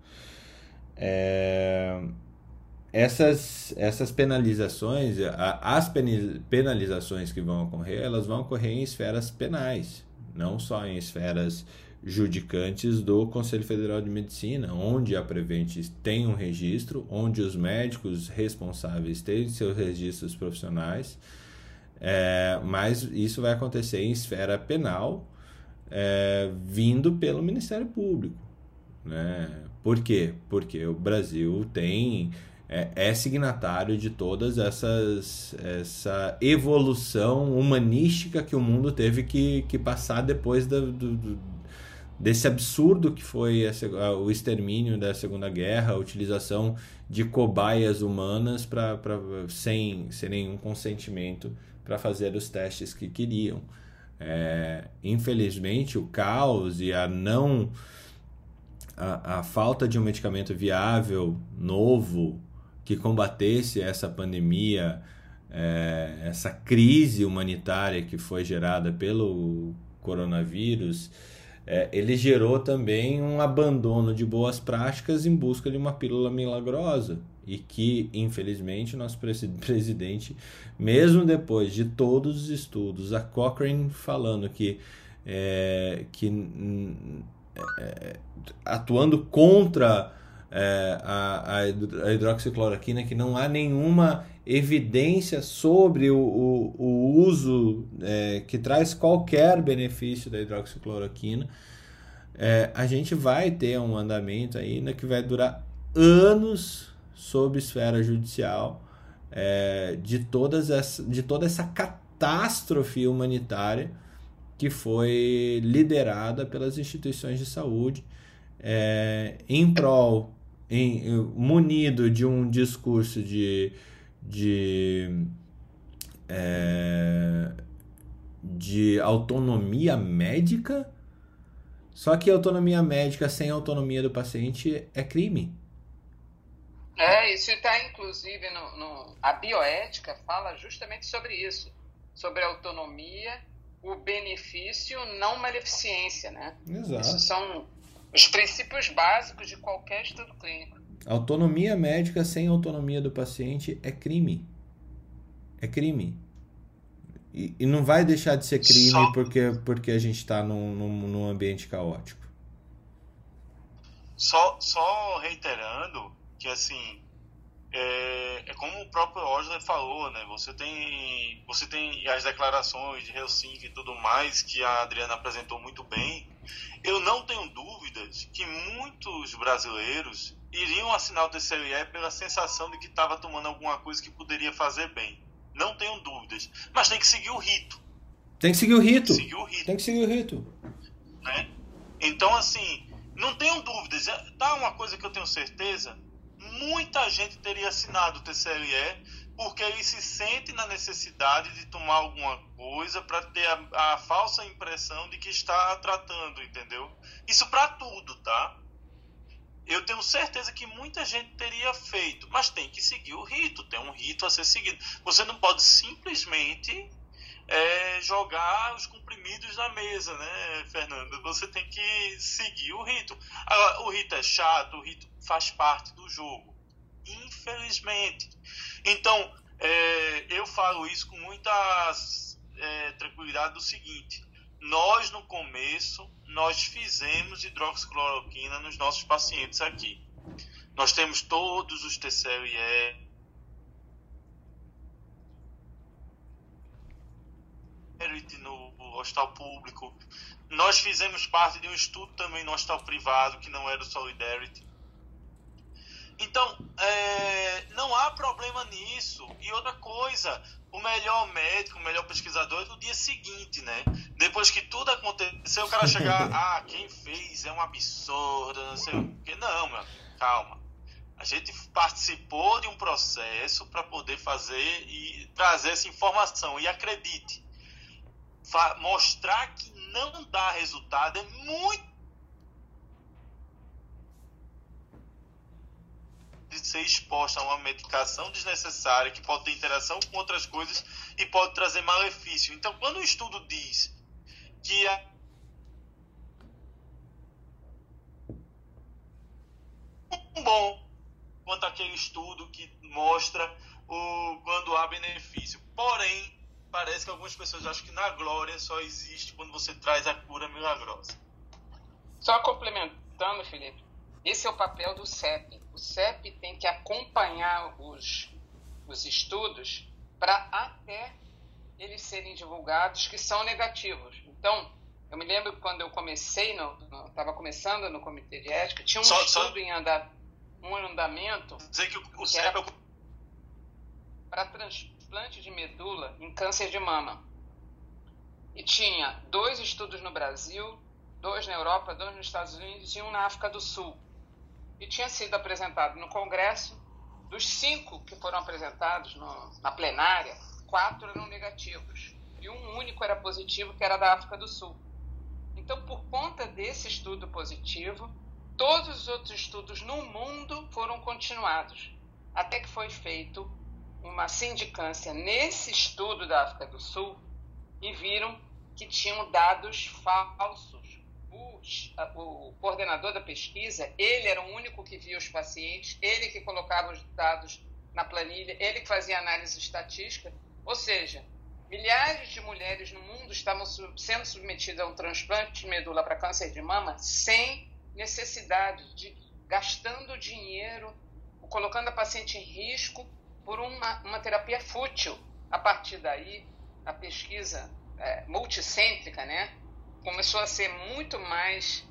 essas penalizações, as penalizações que vão ocorrer, elas vão ocorrer em esferas penais, não só em esferas judicantes do Conselho Federal de Medicina, onde a Prevent tem um registro, onde os médicos responsáveis têm seus registros profissionais, mas isso vai acontecer em esfera penal, vindo pelo Ministério Público, né? Por quê? Porque o Brasil é signatário de todas essa evolução humanística que o mundo teve que passar depois desse absurdo que foi o extermínio da Segunda Guerra, a utilização de cobaias humanas sem nenhum consentimento para fazer os testes que queriam. Infelizmente, o caos e a falta de um medicamento viável, novo, que combatesse essa pandemia, essa crise humanitária que foi gerada pelo coronavírus, ele gerou também um abandono de boas práticas em busca de uma pílula milagrosa, e que, infelizmente, nosso presidente, mesmo depois de todos os estudos, a Cochrane falando que atuando contra a hidroxicloroquina, que não há nenhuma evidência sobre o uso que traz qualquer benefício da hidroxicloroquina, a gente vai ter um andamento ainda que vai durar anos sob esfera judicial, de toda essa catástrofe humanitária que foi liderada pelas instituições de saúde, em prol, munido de um discurso de autonomia médica, só que autonomia médica sem autonomia do paciente é crime. Isso está inclusive a bioética fala justamente sobre isso, sobre a autonomia, o benefício, não maleficência, né? Exato. Esses são os princípios básicos de qualquer estudo clínico. Autonomia médica sem autonomia do paciente é crime. É crime. E não vai deixar de ser crime porque a gente está num ambiente caótico. Só reiterando que, assim, é como o próprio Osler falou, né? Você tem as declarações de Helsinki e tudo mais que a Adriana apresentou muito bem. Eu não tenho dúvidas que muitos brasileiros iriam assinar o TCLE pela sensação de que estava tomando alguma coisa que poderia fazer bem. Não tenho dúvidas. Mas tem que seguir o rito. Tem que seguir o rito. Tem que seguir o rito. Né? Então, assim, não tenho dúvidas. Tá uma coisa que eu tenho certeza. Muita gente teria assinado o TCLE porque ele se sente na necessidade de tomar alguma coisa para ter a falsa impressão de que está tratando, entendeu? Isso para tudo, tá? Eu tenho certeza que muita gente teria feito, mas tem que seguir o rito, tem um rito a ser seguido. Você não pode simplesmente jogar os comprimidos na mesa, né, Fernando? Você tem que seguir o rito. Agora, o rito é chato, o rito faz parte do jogo, infelizmente. Então, eu falo isso com muita tranquilidade do seguinte: nós, no começo, nós fizemos hidroxicloroquina nos nossos pacientes aqui. Nós temos todos os TCLE, no hospital público. Nós fizemos parte de um estudo também no hospital privado, que não era o Solidarity. Então, não há problema nisso. E outra coisa, o melhor médico, o melhor pesquisador é no dia seguinte, né? Depois que tudo aconteceu, o cara chegar, quem fez é um absurdo, não sei o quê. Não, meu amigo, calma. A gente participou de um processo para poder fazer e trazer essa informação. E acredite, mostrar que não dá resultado é muito de ser exposta a uma medicação desnecessária que pode ter interação com outras coisas e pode trazer malefício. Então, quando o estudo diz que bom quanto aquele estudo que mostra quando há benefício. Porém, parece que algumas pessoas acham que na glória só existe quando você traz a cura milagrosa. Só complementando, Felipe, esse é o papel do CEP. O CEP tem que acompanhar os estudos para até eles serem divulgados que são negativos. Então, eu me lembro que quando eu comecei, estava começando no Comitê de Ética, tinha um estudo em andamento dizer que o CEP para transplante de medula em câncer de mama. E tinha 2 estudos no Brasil, 2 na Europa, 2 nos Estados Unidos e 1 na África do Sul. E tinha sido apresentado no Congresso. Dos 5 que foram apresentados na plenária, 4 eram negativos. E um único era positivo, que era da África do Sul. Então, por conta desse estudo positivo, todos os outros estudos no mundo foram continuados. Até que foi feito uma sindicância nesse estudo da África do Sul e viram que tinham dados falsos. O coordenador da pesquisa, ele era o único que via os pacientes, ele que colocava os dados na planilha, ele que fazia análise estatística, ou seja, milhares de mulheres no mundo estavam sendo submetidas a um transplante de medula para câncer de mama sem necessidade de gastando dinheiro, colocando a paciente em risco por uma terapia fútil. A partir daí, a pesquisa multicêntrica, né, começou a ser muito mais,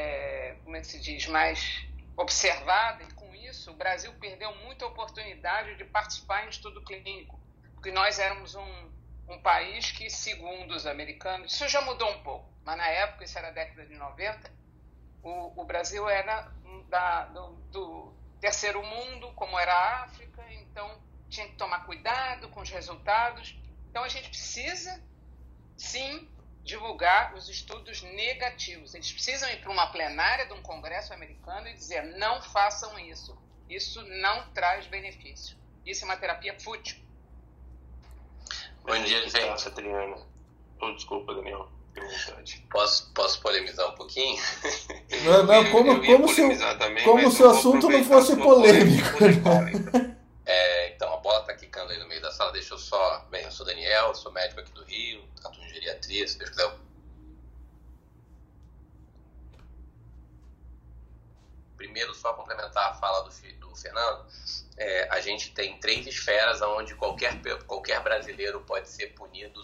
mais observada, e com isso o Brasil perdeu muita oportunidade de participar em estudo clínico, porque nós éramos um país que, segundo os americanos, isso já mudou um pouco, mas na época, isso era a década de 90, o Brasil era do terceiro mundo, como era a África, então tinha que tomar cuidado com os resultados. Então a gente precisa, sim, divulgar os estudos negativos. Eles precisam ir para uma plenária de um congresso americano e dizer: não façam isso. Isso não traz benefício. Isso é uma terapia fútil. Bom dia, gente. Adriana. Desculpa, Daniel. Posso polemizar um pouquinho? Não, como se o assunto não fosse polêmico. Então, a bola está quicando aí no meio da sala. Deixa eu só... Bem, eu sou Daniel, sou médico aqui do Rio, atuo em geriatria, se Deus quiser. Primeiro, só complementar a fala do Fernando, a gente tem 3 esferas onde qualquer brasileiro pode ser punido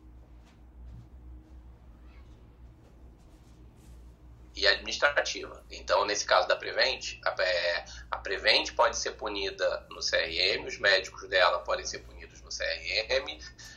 e administrativa. Então, nesse caso da Prevent, a Prevent pode ser punida no CRM, os médicos dela podem ser punidos no CRM,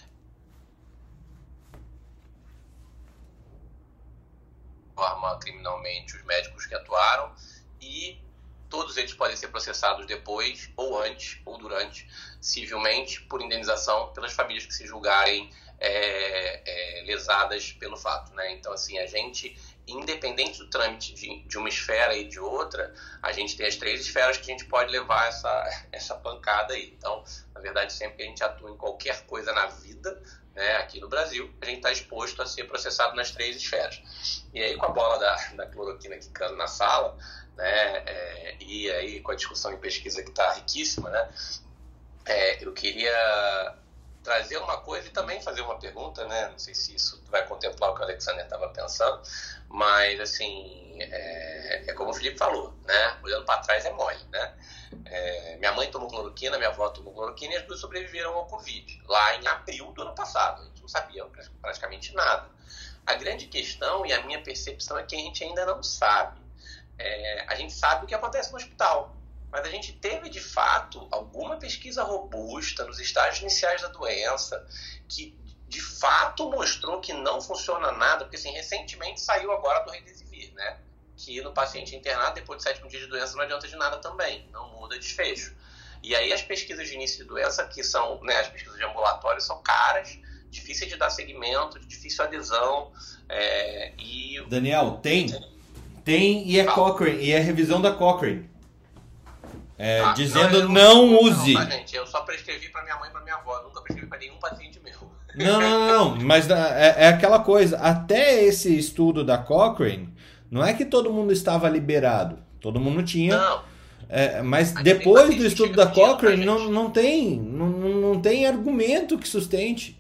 forma criminalmente os médicos que atuaram, e todos eles podem ser processados depois, ou antes, ou durante, civilmente, por indenização pelas famílias que se julgarem lesadas pelo fato, né? Então, assim, a gente, independente do trâmite de uma esfera e de outra, a gente tem as 3 esferas que a gente pode levar essa pancada aí. Então, na verdade, sempre que a gente atua em qualquer coisa na vida, né, aqui no Brasil, a gente está exposto a ser processado nas 3 esferas. E aí, com a bola da cloroquina quicando na sala, né, e aí com a discussão em pesquisa que está riquíssima, né, eu queria trazer uma coisa e também fazer uma pergunta, né? Não sei se isso vai contemplar o que o Alexander estava pensando, mas, assim, é como o Felipe falou, né? Olhando para trás é mole, né? Minha mãe tomou cloroquina, minha avó tomou cloroquina e as 2 sobreviveram ao Covid, lá em abril do ano passado. A gente não sabia praticamente nada. A grande questão, e a minha percepção, é que a gente ainda não sabe. A gente sabe o que acontece no hospital, mas a gente teve, de fato, alguma pesquisa robusta nos estágios iniciais da doença que, de fato, mostrou que não funciona nada, porque, assim, recentemente saiu agora do Remdesivir, né? que no paciente internado, depois de 7º dia de doença, não adianta de nada também, não muda desfecho. E aí as pesquisas de início de doença, que são, né, as pesquisas de ambulatório, são caras, difíceis de dar segmento, de difícil adesão. Daniel, tem e é Cochrane, e é revisão da Cochrane. Dizendo não use. Não, gente, eu só prescrevi para minha mãe e para minha avó, nunca prescrevi para nenhum paciente meu. Não, mas é aquela coisa, até esse estudo da Cochrane, não é que todo mundo estava liberado, todo mundo tinha. Não. Mas depois do estudo da Cochrane, não tem argumento que sustente.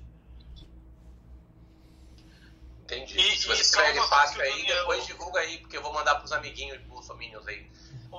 Entendi. Se você escreve fácil aí, depois divulga aí, porque eu vou mandar pros amiguinhos bolsominions aí. O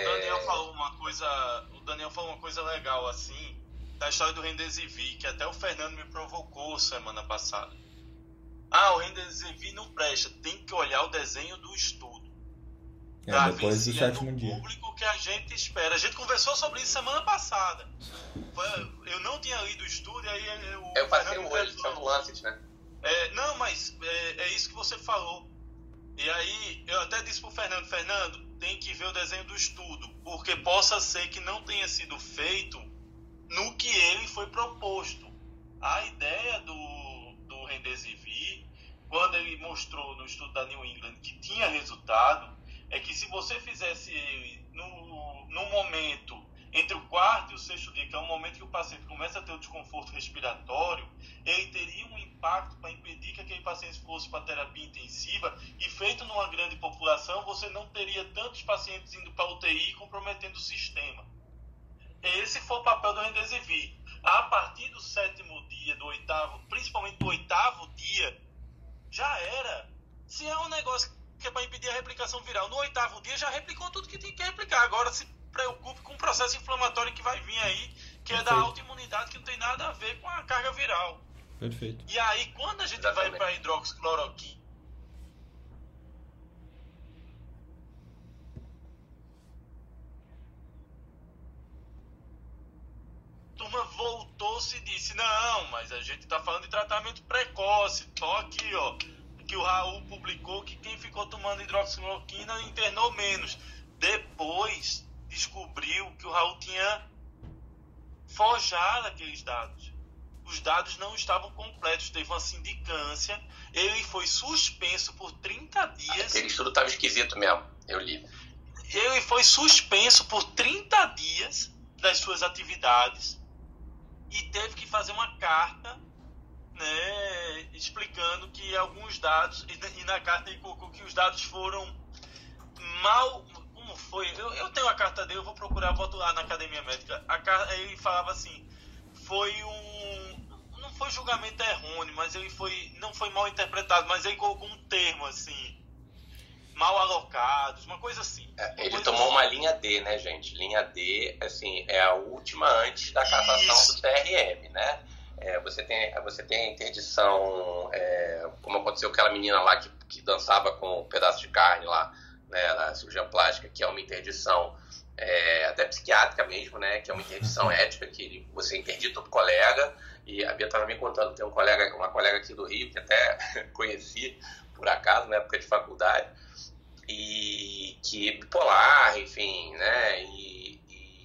Daniel falou uma coisa legal, assim, da história do Remdesivir, que até o Fernando me provocou semana passada. O Remdesivir não presta, tem que olhar o desenho do estudo. Depois do 7º dia. O público que a gente espera. A gente conversou sobre isso semana passada. Eu não tinha lido o estudo, aí eu passei o olho, só no Lancet, né? Não, mas é isso que você falou. E aí eu até disse pro Fernando, tem que ver o desenho do estudo, porque possa ser que não tenha sido feito no que ele foi proposto. A ideia do Remdesivir, quando ele mostrou no estudo da New England que tinha resultado, é que se você fizesse ele no momento entre o 4º e o 6º dia, que é o momento que o paciente começa a ter o desconforto respiratório, ele teria um impacto para impedir que aquele paciente fosse para terapia intensiva, e feito numa grande população, você não teria tantos pacientes indo para UTI comprometendo o sistema. Esse foi o papel do Remdesivir. A partir do 7º dia, do 8º, principalmente do 8º dia, já era. Se é um negócio que é para impedir a replicação viral, no 8º dia já replicou tudo que tinha que replicar. Agora se preocupe com o processo inflamatório que vai vir aí, que é da autoimunidade, que não tem nada a ver com a carga viral. Perfeito. E aí, quando a gente vai para a hidroxicloroquina, a turma voltou-se e disse, não, mas a gente está falando de tratamento precoce. Só aqui, ó, que o Raul publicou que quem ficou tomando hidroxicloroquina internou menos. Depois descobriu que o Raul tinha forjado aqueles dados. Os dados não estavam completos, teve uma sindicância, ele foi suspenso por 30 dias. Aquele estudo estava esquisito mesmo, eu li. Ele foi suspenso por 30 dias das suas atividades e teve que fazer uma carta, né, explicando que alguns dados, e na carta ele colocou que os dados foram mal. Como foi? Eu tenho a carta dele, eu vou procurar, boto lá na Academia Médica. Ele falava assim, não foi julgamento errôneo, mas não foi mal interpretado, mas ele colocou um termo assim, mal alocados, uma coisa assim. Ele tomou uma linha D, né, gente? Linha D, assim, é a última antes da cassação do CRM, né? Você tem a interdição, como aconteceu com aquela menina lá que dançava com um pedaço de carne lá, né, na cirurgia plástica, que é uma interdição até psiquiátrica mesmo, né, que é uma interdição ética, que você interdita o colega, e a Bia estava me contando, tem uma colega aqui do Rio, que até conheci, por acaso, na época de faculdade, e que é bipolar, enfim, né, e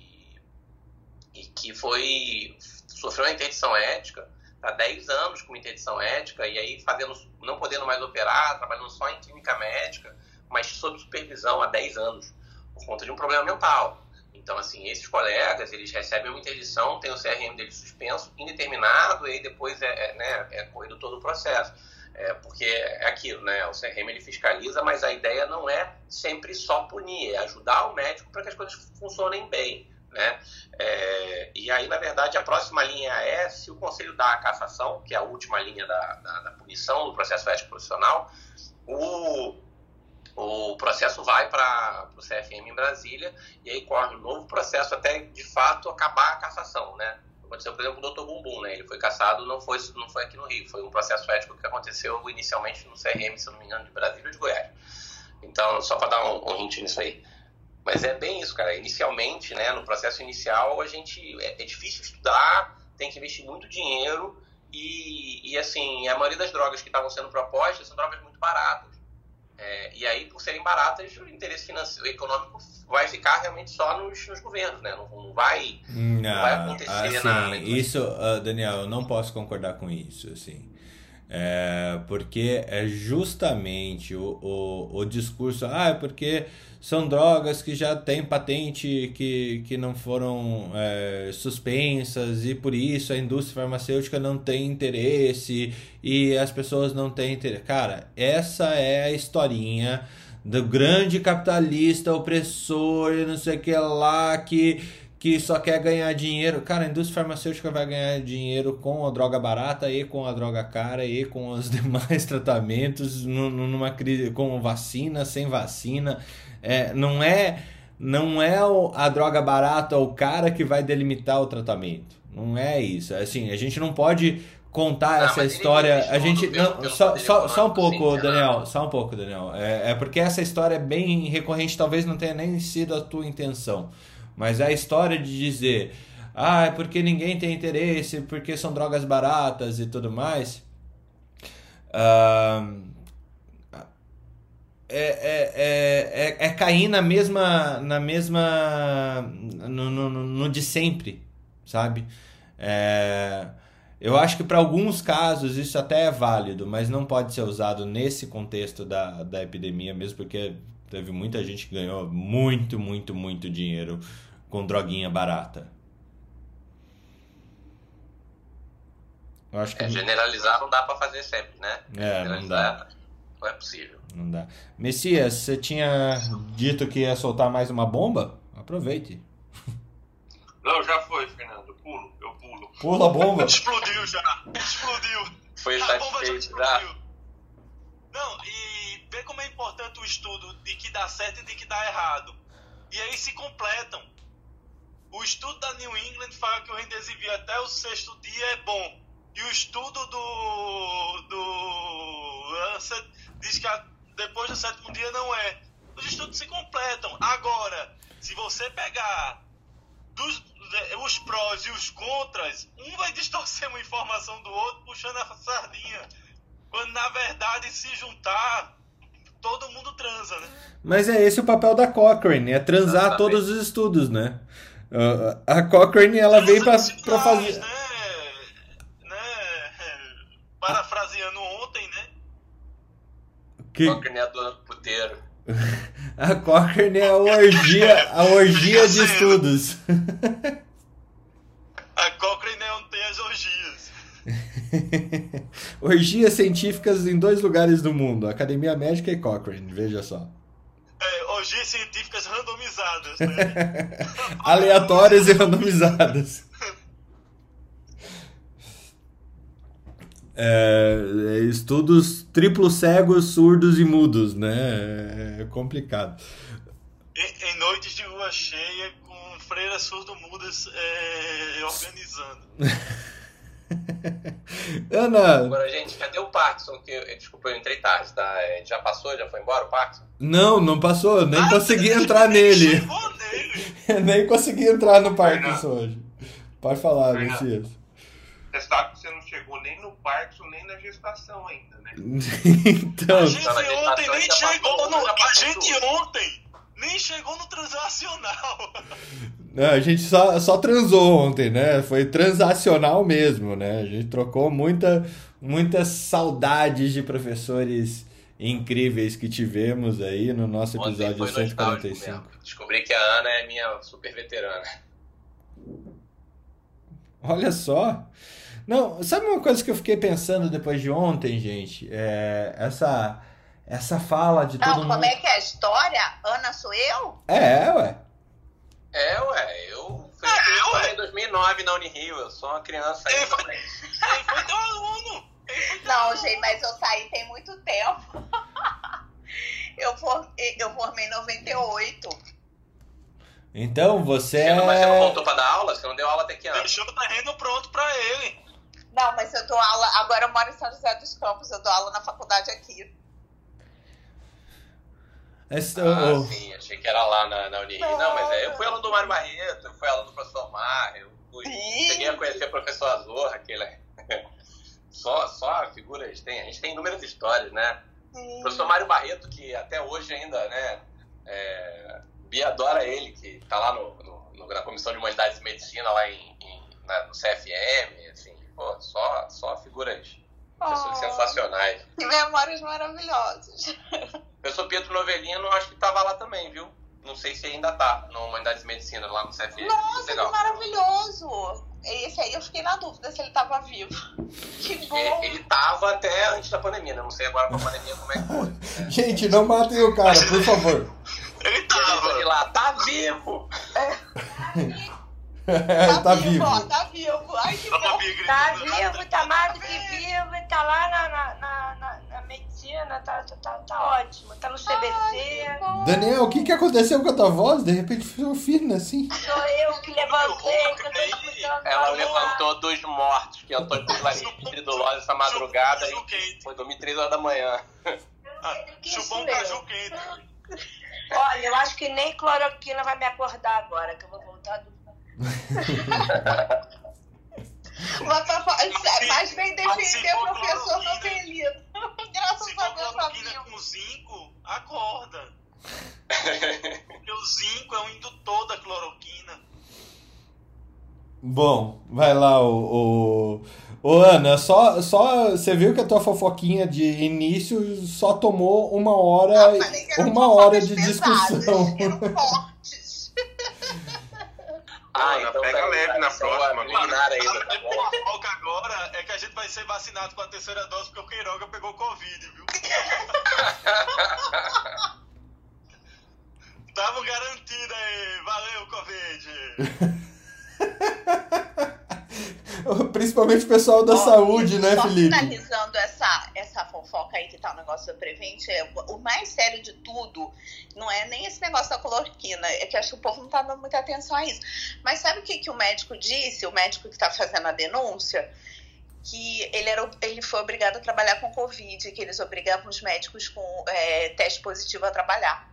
que sofreu uma interdição ética, há 10 anos com interdição ética, e aí não podendo mais operar, trabalhando só em clínica médica, mas sob supervisão há 10 anos, por conta de um problema mental. Então, assim, esses colegas, eles recebem uma interdição, tem o CRM deles suspenso, indeterminado, e aí depois é corrido todo o processo. Porque é aquilo, né? O CRM ele fiscaliza, mas a ideia não é sempre só punir, é ajudar o médico para que as coisas funcionem bem, né? E aí, na verdade, a próxima linha é se o conselho dá a cassação, que é a última linha da punição do processo ético profissional, o processo vai para o CFM em Brasília e aí corre um novo processo até, de fato, acabar a cassação, né? Aconteceu, por exemplo, com o Dr. Bumbum, né? Ele foi cassado, não foi aqui no Rio, foi um processo ético que aconteceu inicialmente no CRM, se eu não me engano, de Brasília ou de Goiás. Então, só para dar um hint nisso aí. Mas é bem isso, cara. Inicialmente, né, no processo inicial, é difícil estudar, tem que investir muito dinheiro e assim, a maioria das drogas que estavam sendo propostas são drogas muito baratas. E aí, por serem baratas, o interesse financeiro, econômico vai ficar realmente só nos governos, né? Não vai acontecer assim, nada. Isso, Daniel, eu não posso concordar com isso, assim. Porque é justamente o discurso, é porque são drogas que já têm patente, que não foram suspensas, e por isso a indústria farmacêutica não tem interesse e as pessoas não têm interesse. Cara, essa é a historinha do grande capitalista opressor e não sei o que lá, que só quer ganhar dinheiro. Cara, a indústria farmacêutica vai ganhar dinheiro com a droga barata e com a droga cara e com os demais tratamentos numa crise, com vacina, sem vacina. Não é a droga barata ou cara que vai delimitar o tratamento. Não é isso. Assim, a gente não pode contar essa história. A gente só um pouco, Daniel. Só um pouco, Daniel. Porque essa história é bem recorrente. Talvez não tenha nem sido a tua intenção. Mas a história de dizer, é porque ninguém tem interesse, porque são drogas baratas e tudo mais, cair no de sempre, sabe? Eu acho que para alguns casos isso até é válido, mas não pode ser usado nesse contexto da epidemia mesmo, porque teve muita gente que ganhou muito, muito, muito dinheiro com droguinha barata. Eu acho que generalizar não dá para fazer sempre, né? Não dá. Não é possível. Não dá. Messias, você tinha dito que ia soltar mais uma bomba? Aproveite. Não, já foi, Fernando. Eu pulo. Pula a bomba. Explodiu já. Explodiu. Foi a bomba já satisfeito já. Não, e vê como é importante o estudo de que dá certo e de que dá errado. E aí se completam. O estudo da New England fala que o Remdesivir até o 6º dia é bom. E o estudo do Lancet diz que depois do 7º dia não é. Os estudos se completam. Agora, se você pegar os prós e os contras, um vai distorcer uma informação do outro, puxando a sardinha. Quando, na verdade, se juntar, todo mundo transa, né? Mas é esse o papel da Cochrane, é transar todos os estudos, né? A Cochrane, ela veio pra fazer... Parafraseando ontem, né? Cochrane é a dona do puteiro. A Cochrane é a orgia de estudos. A Cochrane é onde tem as orgias. Orgias científicas em 2 lugares do mundo, Academia Médica e Cochrane, veja só. Orgias científicas randomizadas, né? Aleatórias e randomizadas. Estudos triplo cegos, surdos e mudos, né? É complicado. Em noites de lua cheia, com freiras surdo-mudas organizando. Ana... Agora, gente, cadê o Parkinson? Desculpa, eu entrei tarde, tá? Já passou? Já foi embora o Parkinson? Não passou. Nem consegui entrar nele. Nem consegui entrar no Parkinson hoje. Pode falar, Messias. Você sabe que você não chegou nem no Parkinson, nem na gestação ainda, né? Então... A gente ontem nem chegou no... A gente ontem nem chegou no transacional. Não, a gente só transou ontem, né? Foi transacional mesmo, né? A gente trocou muitas saudades de professores incríveis que tivemos aí no nosso episódio 145. Descobri que a Ana é minha super veterana. Olha só. Não, sabe uma coisa que eu fiquei pensando depois de ontem, gente? Essa fala de todo mundo... Como é que é a história? Ana sou eu? Ué. Eu fui em 2009 na Unirio, eu sou uma criança aí também. Ele foi teu aluno. Não, gente, mas eu saí tem muito tempo. Eu formei em 98. Então você Mas você não voltou pra dar aula? Você não deu aula até que ano? Deixou o terreno pronto pra ele. Não, mas eu dou aula... Agora eu moro em São José dos Campos, eu dou aula na faculdade aqui. Sim, achei que era lá na Unirio. Não, mas eu fui aluno do Mário Barreto, eu fui aluno do professor Mar, cheguei a conhecer o professor Azor, aquele... Só figuras, a gente tem inúmeras histórias, né? O professor Mário Barreto, que até hoje ainda, né, Bia adora ele, que tá lá na Comissão de Humanidades e Medicina, lá no CFM, assim, pô, só figuras, pessoas sensacionais. Que memórias maravilhosas. O professor Pietro Novelino, acho que tava lá também, viu? Não sei se ainda tá no Humanidades e Medicina, lá no CFM. Nossa, legal. que maravilhoso! Esse aí eu fiquei na dúvida se ele tava vivo. Que bom! Ele tava até antes da pandemia, né? Não sei agora com a pandemia como é que foi. Gente, não matem o cara, por favor. Ele tava. Ele lá, tá vivo! Tá vivo. Ó, tá vivo. Ai, que bom. Tá vivo, tá mais do que vivo, tá lá na medicina, tá ótimo. Tá no CBC. Daniel, o que aconteceu com a tua voz? De repente ficou fina, assim. Sou eu que levantei, que eu tô escutando. Ela levantou dos mortos, que Antônio Clarice Tridulose essa madrugada e foi dormir 3 horas da manhã. Chupou um caju quente. Olha, eu acho que nem cloroquina vai me acordar agora, que eu vou voltar do... Mas vem defender o professor Novelino. Graças Se a for Deus, cloroquina amigo. com zinco, acorda. Porque o zinco é um indutor da cloroquina. Bom, vai lá, ô Ana, só você viu que a tua fofoquinha de início só tomou uma hora de discussão. Eram fortes. Então pega leve na próxima. A fofoca agora é que a gente vai ser vacinado com a terceira dose porque o Queiroga pegou Covid, viu? Tamo garantido aí. Valeu, Covid. Principalmente o pessoal da saúde, né, só Felipe? Finalizando essa fofoca aí que tá o negócio da Prevent, o mais sério de tudo não é nem esse negócio da cloroquina, é que acho que o povo não tá dando muita atenção a isso. Mas sabe o que o médico disse, o médico que tá fazendo a denúncia? Que ele foi obrigado a trabalhar com Covid, que eles obrigavam os médicos com teste positivo a trabalhar.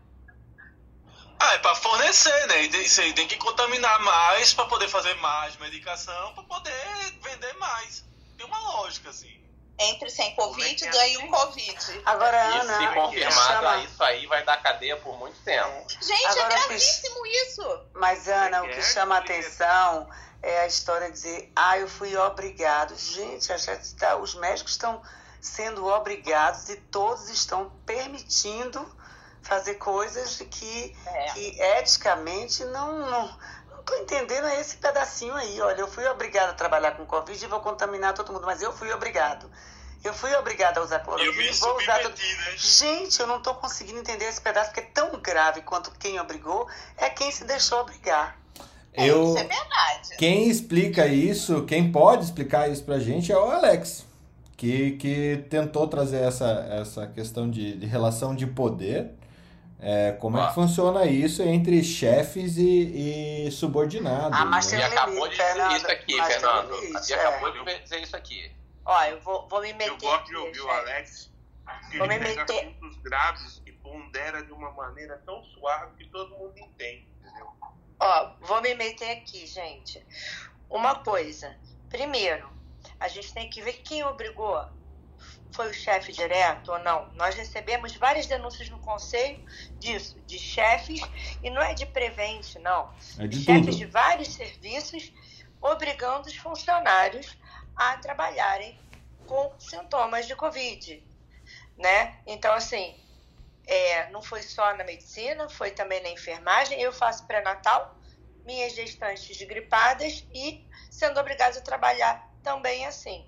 É pra fornecer, né? Isso aí tem que contaminar mais pra poder fazer mais medicação, pra poder vender mais. Tem uma lógica, assim. Entre sem Covid, ganha um Covid. Agora, E Ana, se confirmado, isso aí vai dar cadeia por muito tempo. Gente, Agora, é gravíssimo isso. Mas, Ana, o que chama a atenção é a história de dizer, eu fui obrigado. Gente, os médicos estão sendo obrigados e todos estão permitindo fazer coisas que eticamente não estou entendendo esse pedacinho aí. Olha, eu fui obrigada a trabalhar com Covid e vou contaminar todo mundo, mas eu fui obrigado. Eu fui obrigada a usar cloroquina e vou usar tudo. Né? Gente, eu não estou conseguindo entender esse pedaço, porque é tão grave quanto quem obrigou é quem se deixou obrigar. Isso é verdade. Quem explica isso, quem pode explicar isso pra gente é o Alex, que tentou trazer essa questão de relação de poder. Como é que funciona isso entre chefes e subordinados? Mas E acabou de dizer isso aqui, Fernando. Acabou de dizer isso aqui. Ó, eu vou me meter. Eu gosto de ouvir o Alex, que Vou ele me pega meter. assuntos graves e pondera de uma maneira tão suave que todo mundo entende, entendeu? Ó, vou me meter aqui, gente. Uma coisa. Primeiro, a gente tem que ver quem obrigou. Foi o chefe direto ou não? Nós recebemos várias denúncias no conselho disso, de chefes, e não é de Prevent, não. É de chefes tudo. de vários serviços obrigando os funcionários a trabalharem com sintomas de Covid, né? Então, assim, não foi só na medicina, foi também na enfermagem. Eu faço pré-natal, minhas gestantes gripadas e sendo obrigados a trabalhar também assim.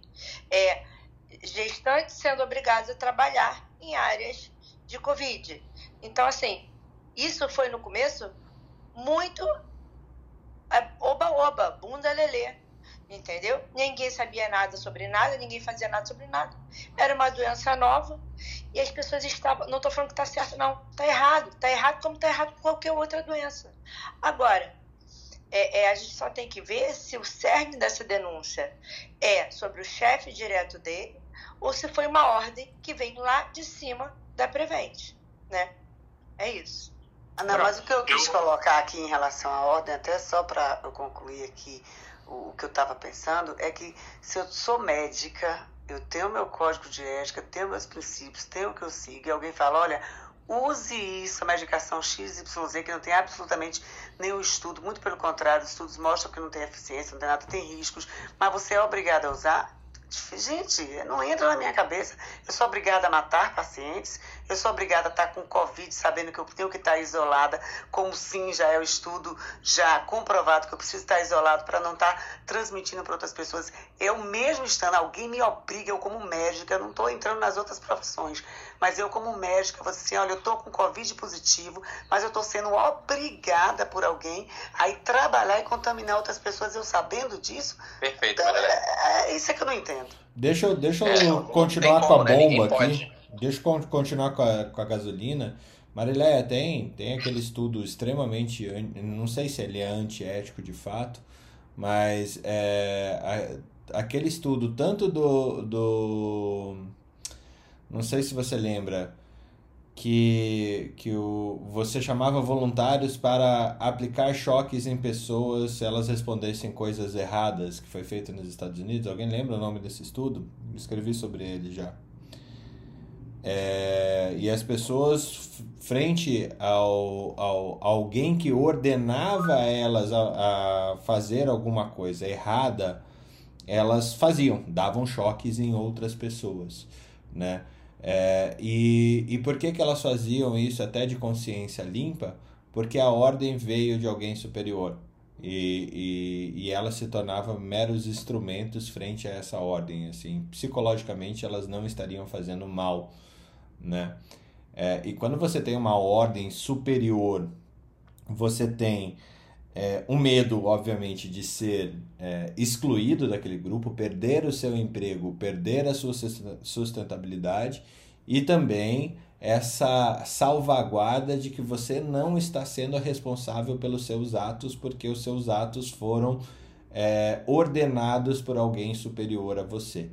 Gestantes sendo obrigados a trabalhar em áreas de Covid. Então, assim, isso foi no começo muito oba-oba, bunda lelê, entendeu? Ninguém sabia nada sobre nada, ninguém fazia nada sobre nada. Era uma doença nova e as pessoas estavam... Não estou falando que está certo, não. Está errado como está errado com qualquer outra doença. Agora, a gente só tem que ver se o cerne dessa denúncia é sobre o chefe direto dele ou se foi uma ordem que vem lá de cima da Prevent, né? É isso. Ana, mas o que eu quis colocar aqui em relação à ordem, até só para eu concluir aqui o que eu estava pensando, é que se eu sou médica eu tenho meu código de ética, tenho meus princípios, tenho o que eu sigo, e alguém fala, olha, use isso, a medicação XYZ, que não tem absolutamente nenhum estudo, muito pelo contrário, os estudos mostram que não tem eficiência, não tem nada, tem riscos, mas você é obrigado a usar. Gente, não entra na minha cabeça. Eu sou obrigada a matar pacientes, eu sou obrigada a estar com Covid, sabendo que eu tenho que estar isolada, como sim já é o estudo já comprovado que eu preciso estar isolado para não estar transmitindo para outras pessoas. Eu mesmo estando, alguém me obriga, eu como médica, eu não estou entrando nas outras profissões, mas eu como médica, vou dizer assim, olha, eu estou com Covid positivo, mas eu estou sendo obrigada por alguém a ir trabalhar e contaminar outras pessoas, eu sabendo disso. Perfeito, então, Marilé. isso é que eu não entendo. Deixa eu continuar com a né? Ninguém bomba aqui. pode. Deixa eu continuar com a gasolina. Marileia, tem aquele estudo extremamente, não sei se ele é antiético de fato, mas aquele estudo tanto não sei se você lembra, que você chamava voluntários para aplicar choques em pessoas se elas respondessem coisas erradas, que foi feito nos Estados Unidos. Alguém lembra o nome desse estudo? Escrevi sobre ele já. E as pessoas, frente ao alguém que ordenava elas a fazer alguma coisa errada, elas davam choques em outras pessoas, né? E por que elas faziam isso até de consciência limpa? Porque a ordem veio de alguém superior e elas se tornavam meros instrumentos frente a essa ordem. Assim, psicologicamente elas não estariam fazendo mal, né? E quando você tem uma ordem superior, você tem um medo, obviamente, de ser excluído daquele grupo, perder o seu emprego, perder a sua sustentabilidade, e também essa salvaguarda de que você não está sendo responsável pelos seus atos, porque os seus atos foram ordenados por alguém superior a você.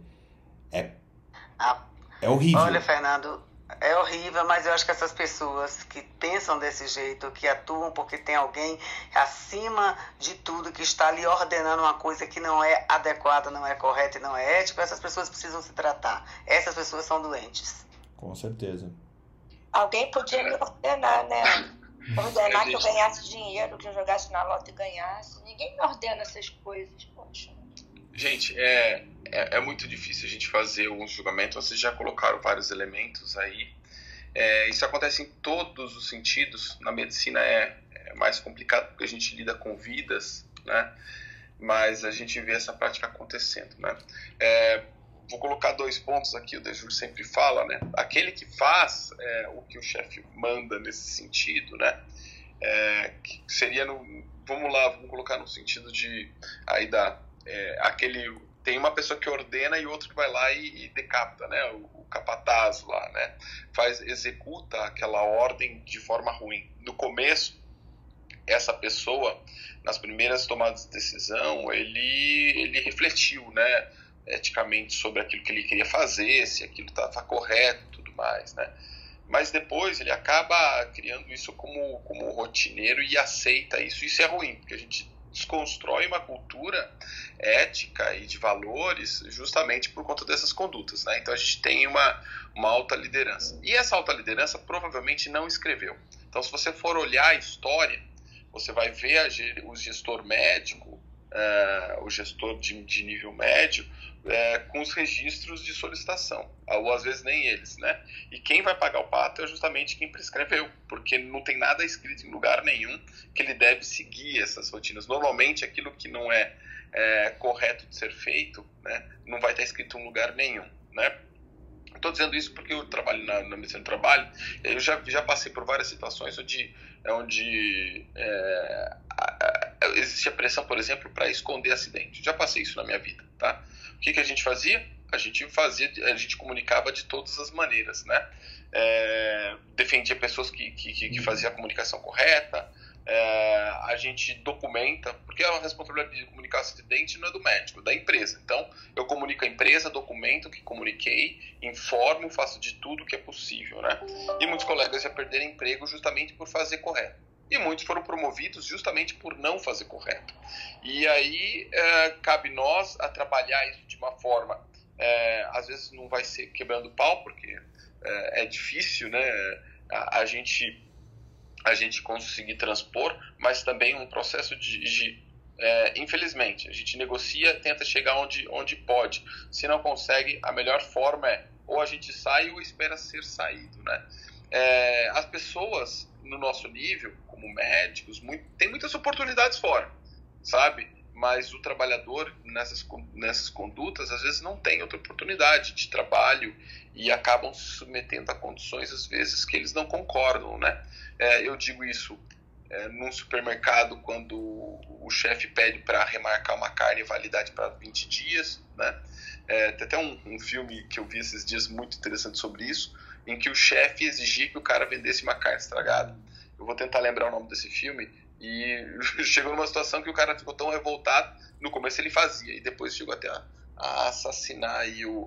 É horrível. Olha, Fernando, é horrível, mas eu acho que essas pessoas que pensam desse jeito, que atuam porque tem alguém acima de tudo que está ali ordenando uma coisa que não é adequada, não é correta e não é ética, essas pessoas precisam se tratar. Essas pessoas são doentes. Com certeza. Alguém podia me ordenar, né? Ordenar que eu ganhasse dinheiro, que eu jogasse na lota e ganhasse. Ninguém me ordena essas coisas, poxa. Gente, é muito difícil a gente fazer um julgamento. Vocês já colocaram vários elementos aí. Isso acontece em todos os sentidos. Na medicina é mais complicado porque a gente lida com vidas, né? Mas a gente vê essa prática acontecendo, né? Vou colocar 2 pontos aqui, o Dejur sempre fala, né? Aquele que faz o que o chefe manda nesse sentido, né? Que seria vamos colocar no sentido de tem uma pessoa que ordena e outro que vai lá e decapita, né? O capataz lá, né? Executa aquela ordem de forma ruim. No começo, essa pessoa, nas primeiras tomadas de decisão, ele refletiu, né? Eticamente sobre aquilo que ele queria fazer, se aquilo estava correto e tudo mais, né? Mas depois ele acaba criando isso como rotineiro e aceita isso. Isso é ruim, porque a gente desconstrói uma cultura ética e de valores justamente por conta dessas condutas, né? Então a gente tem uma alta liderança. E essa alta liderança provavelmente não escreveu. Então se você for olhar a história, você vai ver o gestor médico, o gestor de nível médio, com os registros de solicitação, ou às vezes nem eles, né? E quem vai pagar o pato é justamente quem prescreveu, porque não tem nada escrito em lugar nenhum que ele deve seguir essas rotinas. Normalmente aquilo que não é correto de ser feito, né, não vai estar escrito em lugar nenhum, né? Estou dizendo isso porque eu trabalho na medicina do trabalho. Eu já passei por várias situações onde existe a pressão, por exemplo, para esconder acidente. Já passei isso na minha vida, tá? O que a gente fazia? A gente comunicava de todas as maneiras, né? Defendia pessoas que faziam a comunicação correta. A gente documenta, porque a responsabilidade de comunicar acidente não é do médico, é da empresa. Então, eu comunico a empresa, documento que comuniquei, informo, faço de tudo que é possível, né? E muitos colegas já perderam emprego justamente por fazer correto. E muitos foram promovidos justamente por não fazer correto. E aí, cabe nós a trabalhar isso de uma forma às vezes não vai ser quebrando pau, porque é difícil, né, a gente conseguir transpor, mas também um processo infelizmente, a gente negocia, tenta chegar onde pode. Se não consegue, a melhor forma é ou a gente sai ou espera ser saído, né? As pessoas no nosso nível, como médicos, tem muitas oportunidades fora, sabe? Mas o trabalhador nessas condutas às vezes não tem outra oportunidade de trabalho e acabam se submetendo a condições às vezes que eles não concordam, né? Eu digo isso num supermercado, quando o chefe pede para remarcar uma carne e validade para 20 dias, né? Tem até um filme que eu vi esses dias muito interessante sobre isso, em que o chefe exigia que o cara vendesse uma carne estragada. Eu vou tentar lembrar o nome desse filme. E chegou numa situação que o cara ficou tão revoltado, no começo ele fazia, e depois chegou até a assassinar aí o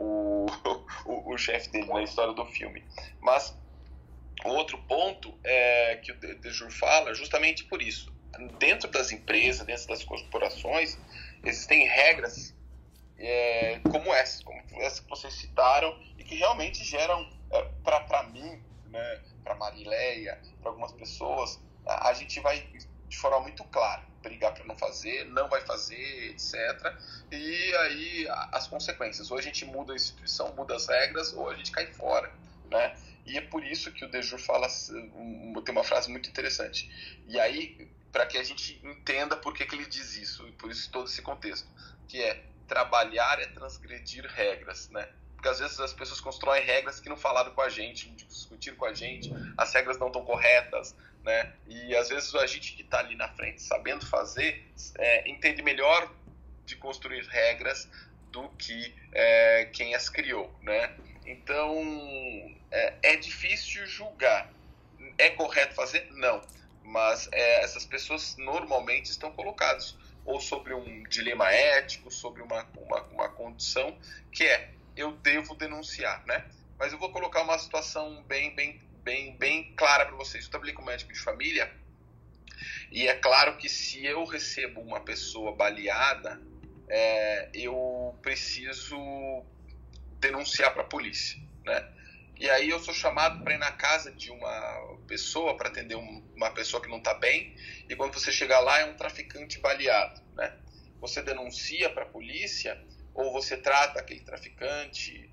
chefe dele na história do filme. Mas o outro ponto que o Dejour fala, justamente por isso. Dentro das empresas, dentro das corporações, existem regras como essa que vocês citaram, e que realmente geram, para mim, né, para Marileia, para algumas pessoas, a gente vai, de forma muito clara, brigar para não fazer, não vai fazer, etc. E aí as consequências. Ou a gente muda a instituição, muda as regras, ou a gente cai fora, né? E é por isso que o Dejour fala, tem uma frase muito interessante. E aí, para que a gente entenda por que ele diz isso, e por isso todo esse contexto, que trabalhar é transgredir regras, né? Porque às vezes as pessoas constroem regras que não falaram com a gente, não discutiram com a gente, as regras não estão corretas, né? E às vezes a gente que está ali na frente, sabendo fazer, entende melhor de construir regras do que quem as criou, né? Então, é difícil julgar. É correto fazer? Não. Mas essas pessoas normalmente estão colocadas ou sobre um dilema ético, sobre uma condição que eu devo denunciar, né? Mas eu vou colocar uma situação bem clara para vocês. Eu trabalhei como médico de família, e é claro que se eu recebo uma pessoa baleada, eu preciso denunciar para a polícia, né? E aí eu sou chamado para ir na casa de uma pessoa, para atender uma pessoa que não está bem, e quando você chegar lá é um traficante baleado, né? Você denuncia para a polícia, ou você trata aquele traficante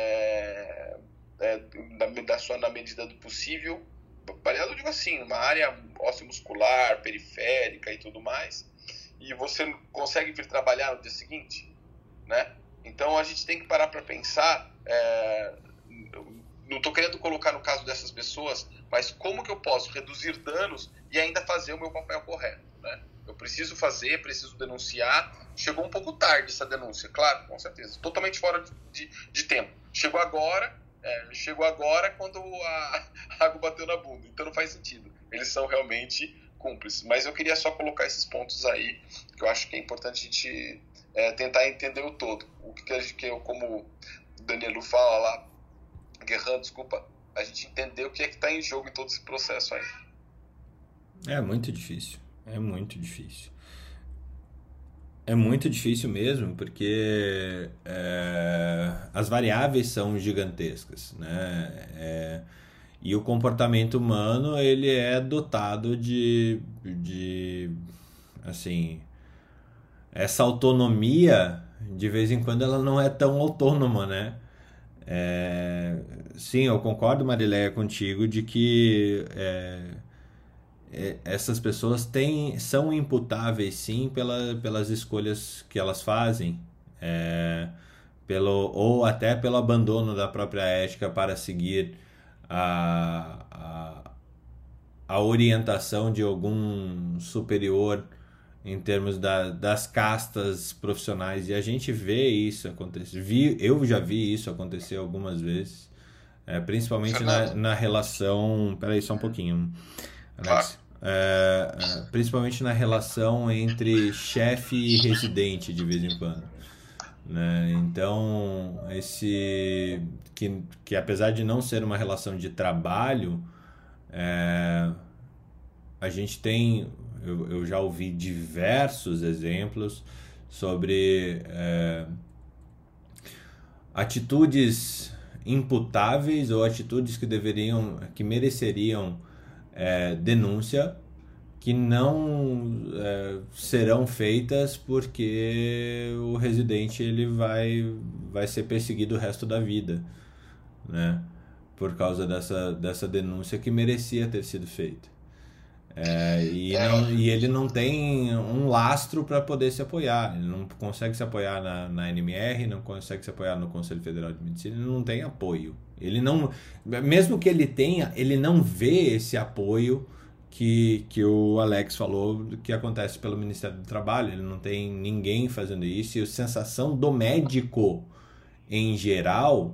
na medida do possível, baleado eu digo assim, numa área ósseo-muscular, periférica e tudo mais, e você consegue vir trabalhar no dia seguinte, né? Então a gente tem que parar para pensar, não estou querendo colocar no caso dessas pessoas, mas como que eu posso reduzir danos e ainda fazer o meu papel correto, né? Eu preciso fazer, preciso denunciar. Chegou um pouco tarde essa denúncia, claro, com certeza, totalmente fora de tempo. Chegou agora quando a água bateu na bunda, então não faz sentido. Eles são realmente cúmplices. Mas eu queria só colocar esses pontos aí, que eu acho que é importante a gente tentar entender o todo. O que eu, como o Danilo fala lá, Guerrero, desculpa, a gente entender o que está em jogo em todo esse processo aí. É muito difícil. É muito difícil. É muito difícil mesmo, porque as variáveis são gigantescas, né? E o comportamento humano, ele é dotado de assim, essa autonomia, de vez em quando, ela não é tão autônoma, né? Sim, eu concordo, Marileia, contigo, de que essas pessoas são imputáveis, sim, pelas escolhas que elas fazem, ou até pelo abandono da própria ética para seguir a orientação de algum superior em termos das castas profissionais. E a gente vê isso acontecer. Eu já vi isso acontecer algumas vezes, principalmente na relação... Peraí, só um pouquinho, Alex. Principalmente na relação entre chefe e residente, de vez em quando, né? Então, que apesar de não ser uma relação de trabalho, a gente tem... Eu já ouvi diversos exemplos sobre atitudes imputáveis ou atitudes que mereceriam denúncia, que não serão feitas porque o residente ele vai ser perseguido o resto da vida, né? Por causa dessa denúncia que merecia ter sido feita. E ele não tem um lastro para poder se apoiar. Ele não consegue se apoiar na NMR, não consegue se apoiar no Conselho Federal de Medicina, ele não tem apoio. Ele não, mesmo que ele tenha, ele não vê esse apoio que o Alex falou que acontece pelo Ministério do Trabalho. Ele não tem ninguém fazendo isso, e a sensação do médico em geral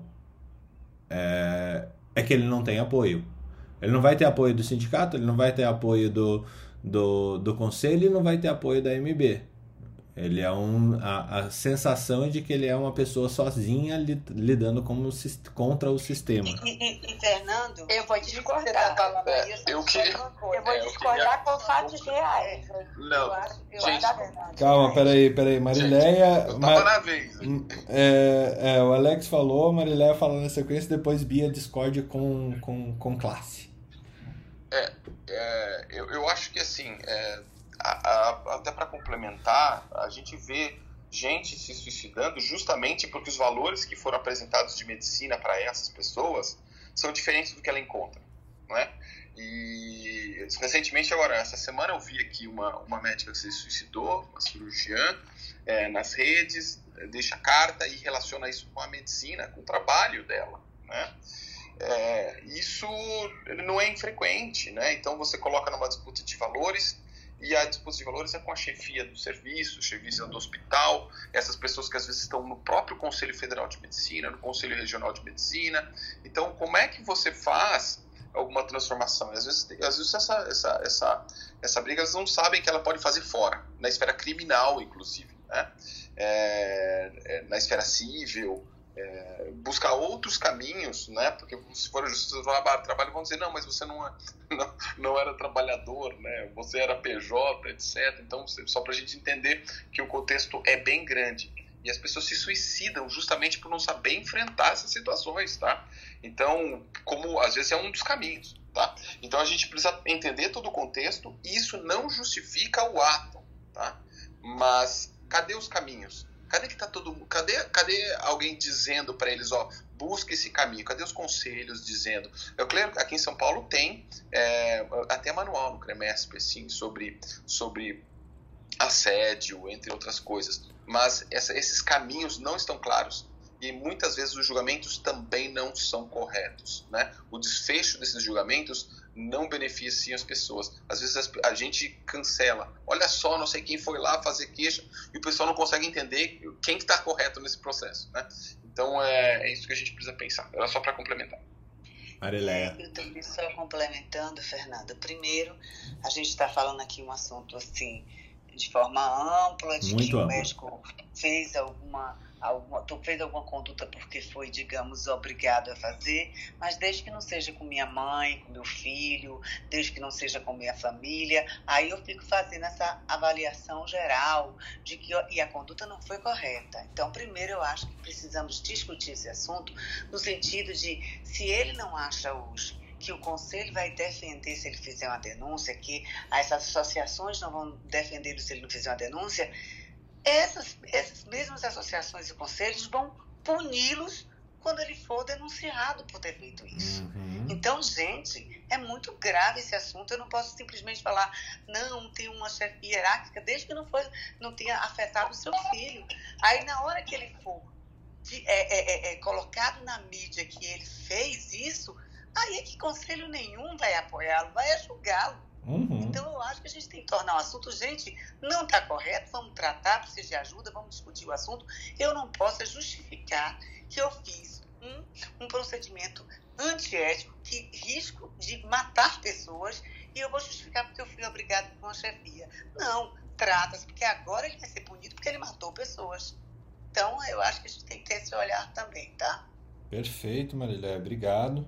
é que ele não tem apoio. Ele não vai ter apoio do sindicato, ele não vai ter apoio do conselho e não vai ter apoio da MB. Ele é a sensação de que ele é uma pessoa sozinha lidando contra o sistema. E Fernando, eu vou discordar. Eu vou discordar com fatos reais. Não, Calma, peraí. Marileia... na vez. O Alex falou, a Marileia falou na sequência, depois Bia discorde com classe. Eu acho que assim... até para complementar, a gente vê gente se suicidando justamente porque os valores que foram apresentados de medicina para essas pessoas são diferentes do que ela encontra, não é? E recentemente, agora, essa semana eu vi aqui uma médica que se suicidou, uma cirurgiã, nas redes, deixa carta e relaciona isso com a medicina, com o trabalho dela, né? Isso não é infrequente, né? Então você coloca numa disputa de valores, e a disputa de valores é com a chefia do serviço, chefia do hospital, essas pessoas que às vezes estão no próprio Conselho Federal de Medicina, no Conselho Regional de Medicina. Então, como é que você faz alguma transformação? Às vezes essa briga, eles não sabem que ela pode fazer fora, na esfera criminal, inclusive, né? Na esfera civil, buscar outros caminhos, né? Porque se for a justiça do trabalho, vão dizer, não, mas você não era trabalhador, né? Você era PJ, etc. Então, só para a gente entender que o contexto é bem grande. E as pessoas se suicidam justamente por não saber enfrentar essas situações, tá? Então, como às vezes é um dos caminhos, tá? Então, a gente precisa entender todo o contexto, e isso não justifica o ato, tá? Mas cadê os caminhos? Cadê que tá todo mundo? Cadê alguém dizendo para eles, busca esse caminho? Cadê os conselhos dizendo? Eu creio que aqui em São Paulo tem até manual no CREMESP, assim, sobre assédio, entre outras coisas. Mas esses caminhos não estão claros. E muitas vezes os julgamentos também não são corretos, né? O desfecho desses julgamentos não beneficia as pessoas. Às vezes a gente cancela. Olha só, não sei quem foi lá fazer queixa, e o pessoal não consegue entender quem está correto nesse processo, né? Então é isso que a gente precisa pensar. Era só para complementar. Marileia. Eu também só complementando, Fernanda. Primeiro, a gente está falando aqui um assunto assim de forma ampla, de muito que ampla. O médico fez alguma conduta porque foi, digamos, obrigado a fazer, mas desde que não seja com minha mãe, com meu filho, desde que não seja com minha família, aí eu fico fazendo essa avaliação geral de que e a conduta não foi correta. Então, primeiro, eu acho que precisamos discutir esse assunto no sentido de, se ele não acha hoje que o conselho vai defender se ele fizer uma denúncia, que as associações não vão defender se ele não fizer uma denúncia, essas mesmas associações e conselhos vão puni-los quando ele for denunciado por ter feito isso. Uhum. Então, gente, é muito grave esse assunto. Eu não posso simplesmente falar, não, tem uma chefia hierárquica, desde que não tenha afetado o seu filho. Aí, na hora que ele for colocado na mídia que ele fez isso, aí é que conselho nenhum vai apoiá-lo, vai julgá-lo. Uhum. Então, eu acho que a gente tem que tornar o assunto, gente, não está correto, vamos tratar, precisa de ajuda, vamos discutir o assunto. Eu não posso justificar que eu fiz um procedimento antiético, que risco de matar pessoas, e eu vou justificar porque eu fui obrigado por uma chefia. Não, trata-se, porque agora ele vai ser punido porque ele matou pessoas. Então, eu acho que a gente tem que ter esse olhar também, tá? Perfeito, Marileia, obrigado.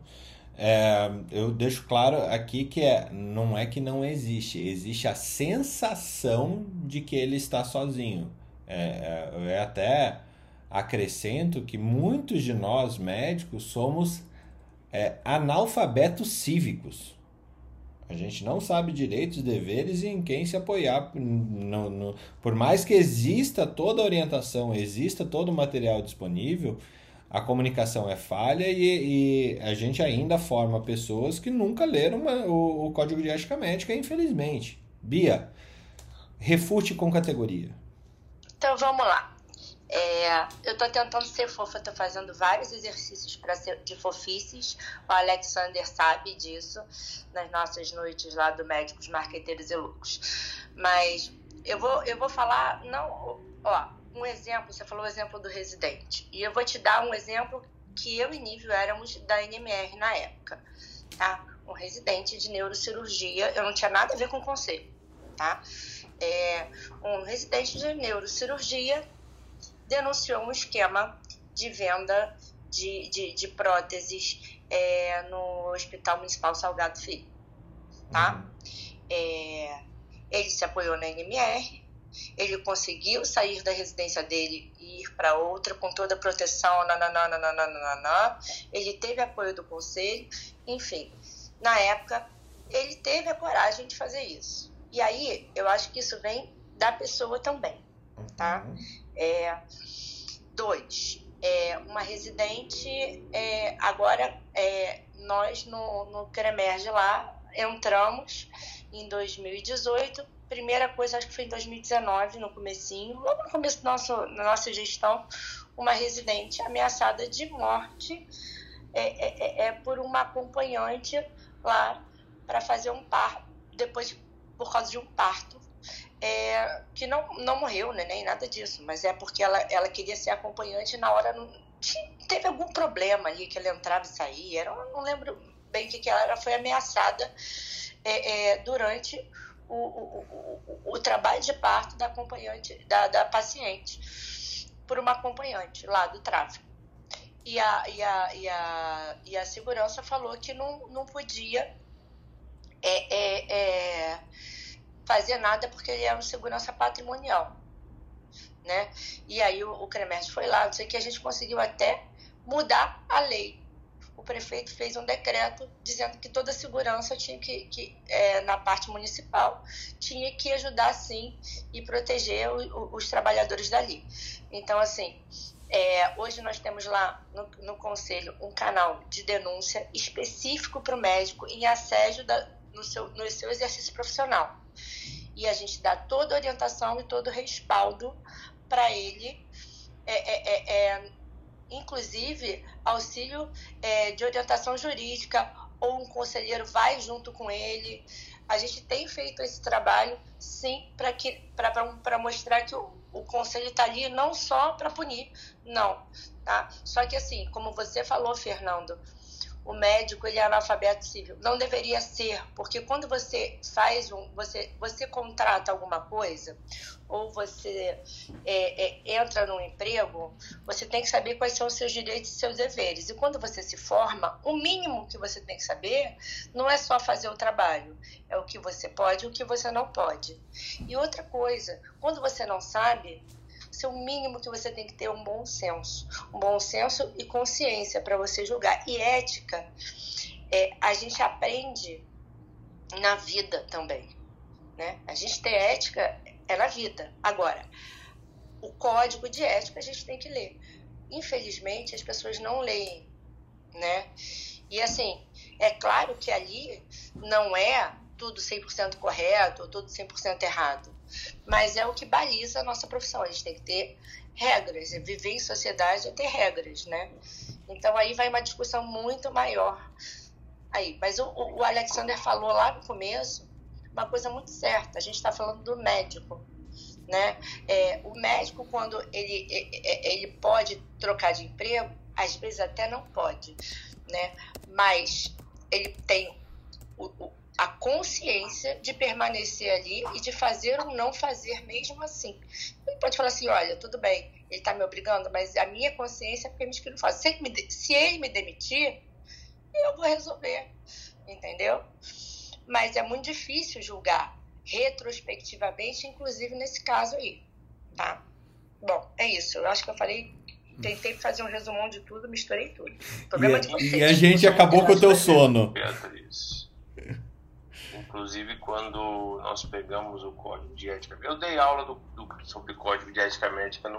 Eu deixo claro aqui que não é que não existe a sensação de que ele está sozinho. Até acrescento que muitos de nós médicos somos analfabetos cívicos. A gente não sabe direitos, deveres e em quem se apoiar. Por mais que exista toda a orientação, exista todo o material disponível, a comunicação é falha e a gente ainda forma pessoas que nunca leram o Código de Ética Médica, infelizmente. Bia, refute com categoria. Então vamos lá. Eu estou tentando ser fofa, estou fazendo vários exercícios de fofices. O Alexander sabe disso nas nossas noites lá do Médicos, Marqueteiros e Loucos. Mas eu vou falar, um exemplo. Você falou o exemplo do residente. E eu vou te dar um exemplo que eu e Nível éramos da NMR na época. Tá? Um residente de neurocirurgia, eu não tinha nada a ver com o conselho. Tá? Um residente de neurocirurgia denunciou um esquema de venda de próteses no Hospital Municipal Salgado Filho. Tá? Ele se apoiou na NMR, ele conseguiu sair da residência dele e ir para outra com toda a proteção, ele teve apoio do conselho, enfim. Na época, ele teve a coragem de fazer isso. E aí, eu acho que isso vem da pessoa também, tá? 2. Uma residente, agora nós no CREMERGE lá entramos em 2018, primeira coisa, acho que foi em 2019, no comecinho, logo no começo da nossa gestão, uma residente ameaçada de morte por uma acompanhante lá para fazer um parto, depois por causa de um parto, que não morreu, né, nem nada disso, mas é porque ela queria ser acompanhante e na hora teve algum problema ali, que ela entrava e saía, não lembro bem o que ela foi ameaçada durante o trabalho de parto da acompanhante, da paciente, por uma acompanhante lá do tráfico. E a segurança falou que não podia fazer nada porque ele era um segurança patrimonial, né? E aí o CREMERGE foi lá, não sei o que, a gente conseguiu até mudar a lei. O prefeito fez um decreto dizendo que toda segurança tinha que na parte municipal, tinha que ajudar sim e proteger os trabalhadores dali. Então, assim, hoje nós temos lá no Conselho um canal de denúncia específico para o médico em assédio no seu exercício profissional. E a gente dá toda a orientação e todo o respaldo para ele, inclusive auxílio de orientação jurídica, ou um conselheiro vai junto com ele. A gente tem feito esse trabalho, sim, para mostrar que o conselho está ali não só para punir, não. Tá? Só que assim, como você falou, Fernando, o médico, ele é analfabeto civil. Não deveria ser, porque quando você faz você contrata alguma coisa, ou você entra num emprego, você tem que saber quais são os seus direitos e seus deveres. E quando você se forma, o mínimo que você tem que saber não é só fazer o trabalho, é o que você pode e o que você não pode. E outra coisa, quando você não sabe, o mínimo que você tem que ter é um bom senso e consciência para você julgar. E ética, a gente aprende na vida também, né? A gente ter ética na vida. Agora, o código de ética a gente tem que ler. Infelizmente, as pessoas não leem, né? E assim, é claro que ali não é tudo 100% correto ou tudo 100% errado. Mas é o que baliza a nossa profissão. A gente tem que ter regras. Viver em sociedade é ter regras, né? Então aí vai uma discussão muito maior. Mas o Alexander falou lá no começo uma coisa muito certa. A gente está falando do médico, né? O médico, quando ele pode trocar de emprego, às vezes até não pode, né? Mas ele tem a consciência de permanecer ali e de fazer ou não fazer mesmo assim. Ele pode falar assim, olha, tudo bem, ele está me obrigando, mas a minha consciência permite que ele não faça. Se ele me demitir, eu vou resolver, entendeu? Mas é muito difícil julgar retrospectivamente, inclusive nesse caso aí, tá? Bom, é isso. Eu acho que eu falei tentei fazer um resumão de tudo, misturei tudo. Problema de vocês. E a gente acabou com o teu sono. Beatriz. Inclusive, quando nós pegamos o código de ética, eu dei aula sobre código de ética médica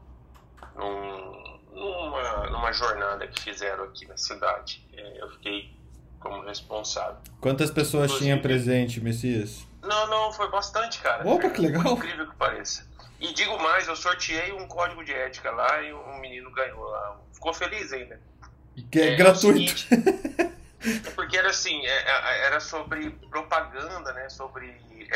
numa jornada que fizeram aqui na cidade. Eu fiquei como responsável. Quantas pessoas tinha presente, Messias? Não, foi bastante, cara. Opa, que legal. Por incrível que pareça. E digo mais, eu sorteei um código de ética lá e um menino ganhou lá. Ficou feliz ainda. Que é gratuito. Porque era assim, era sobre propaganda, né? Sobre...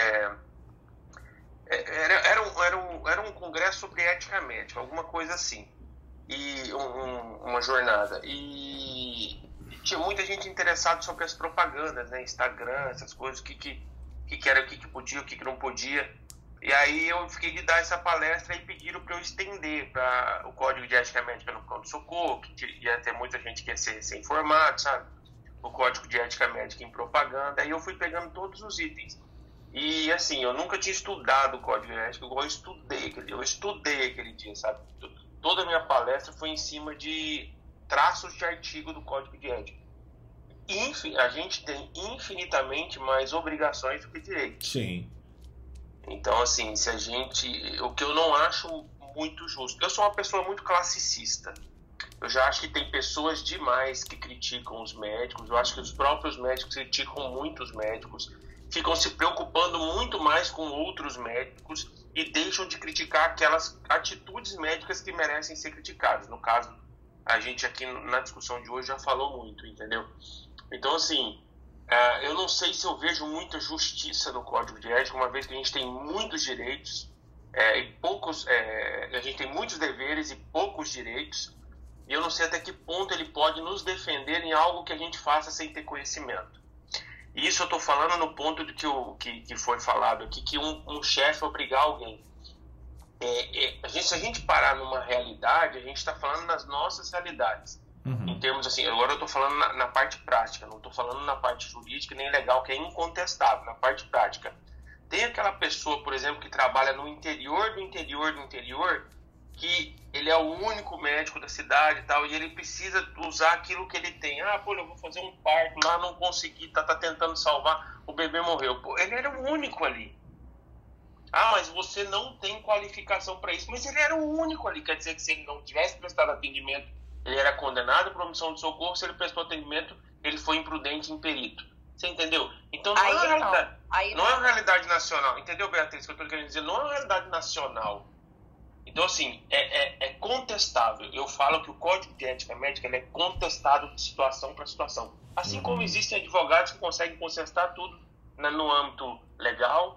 Era um congresso sobre ética médica, alguma coisa assim. E uma jornada. E tinha muita gente interessada sobre as propagandas, né? Instagram, essas coisas, o que era, o que podia, o que não podia. E aí eu fiquei de dar essa palestra e pediram para eu estender para o código de ética médica no pronto-socorro, que ia ter muita gente que ia ser informado, sabe? O código de ética médica em propaganda. Aí eu fui pegando todos os itens. E assim, eu nunca tinha estudado o código de ética igual eu estudei aquele dia, sabe? Toda a minha palestra foi em cima de traços de artigo do código de ética. Enfim, a gente tem infinitamente mais obrigações do que direitos. Sim. Então, assim, o que eu não acho muito justo. Eu sou uma pessoa muito classicista. Eu já acho que tem pessoas demais que criticam os médicos. Eu acho que os próprios médicos criticam muito os médicos. Ficam se preocupando muito mais com outros médicos e deixam de criticar aquelas atitudes médicas que merecem ser criticadas. No caso, a gente aqui na discussão de hoje já falou muito, entendeu? Então, assim, eu não sei se eu vejo muita justiça no Código de Ética, uma vez que a gente tem muitos direitos e poucos... a gente tem muitos deveres e poucos direitos, e eu não sei até que ponto ele pode nos defender em algo que a gente faça sem ter conhecimento. E isso eu estou falando no ponto de que foi falado aqui, que um chefe obrigar alguém. Se a gente parar numa realidade, a gente está falando nas nossas realidades. Uhum. Em termos assim, agora eu estou falando na parte prática, não estou falando na parte jurídica nem legal, que é incontestável, na parte prática. Tem aquela pessoa, por exemplo, que trabalha no interior do interior, que ele é o único médico da cidade e tal, e ele precisa usar aquilo que ele tem. Eu vou fazer um parto lá, não consegui, tá tentando salvar, o bebê morreu. Pô, ele era o único ali. Mas você não tem qualificação para isso. Mas ele era o único ali. Quer dizer que se ele não tivesse prestado atendimento, ele era condenado por omissão de socorro. Se ele prestou atendimento, ele foi imprudente em perito. Você entendeu? Então não é uma realidade. Não é uma realidade nacional. Entendeu, Beatriz? O que eu estou querendo dizer? Não é uma realidade nacional. Então, assim, é contestável. Eu falo que o Código de Ética Médica ele é contestado de situação para situação. Assim como existem advogados que conseguem contestar tudo no âmbito legal,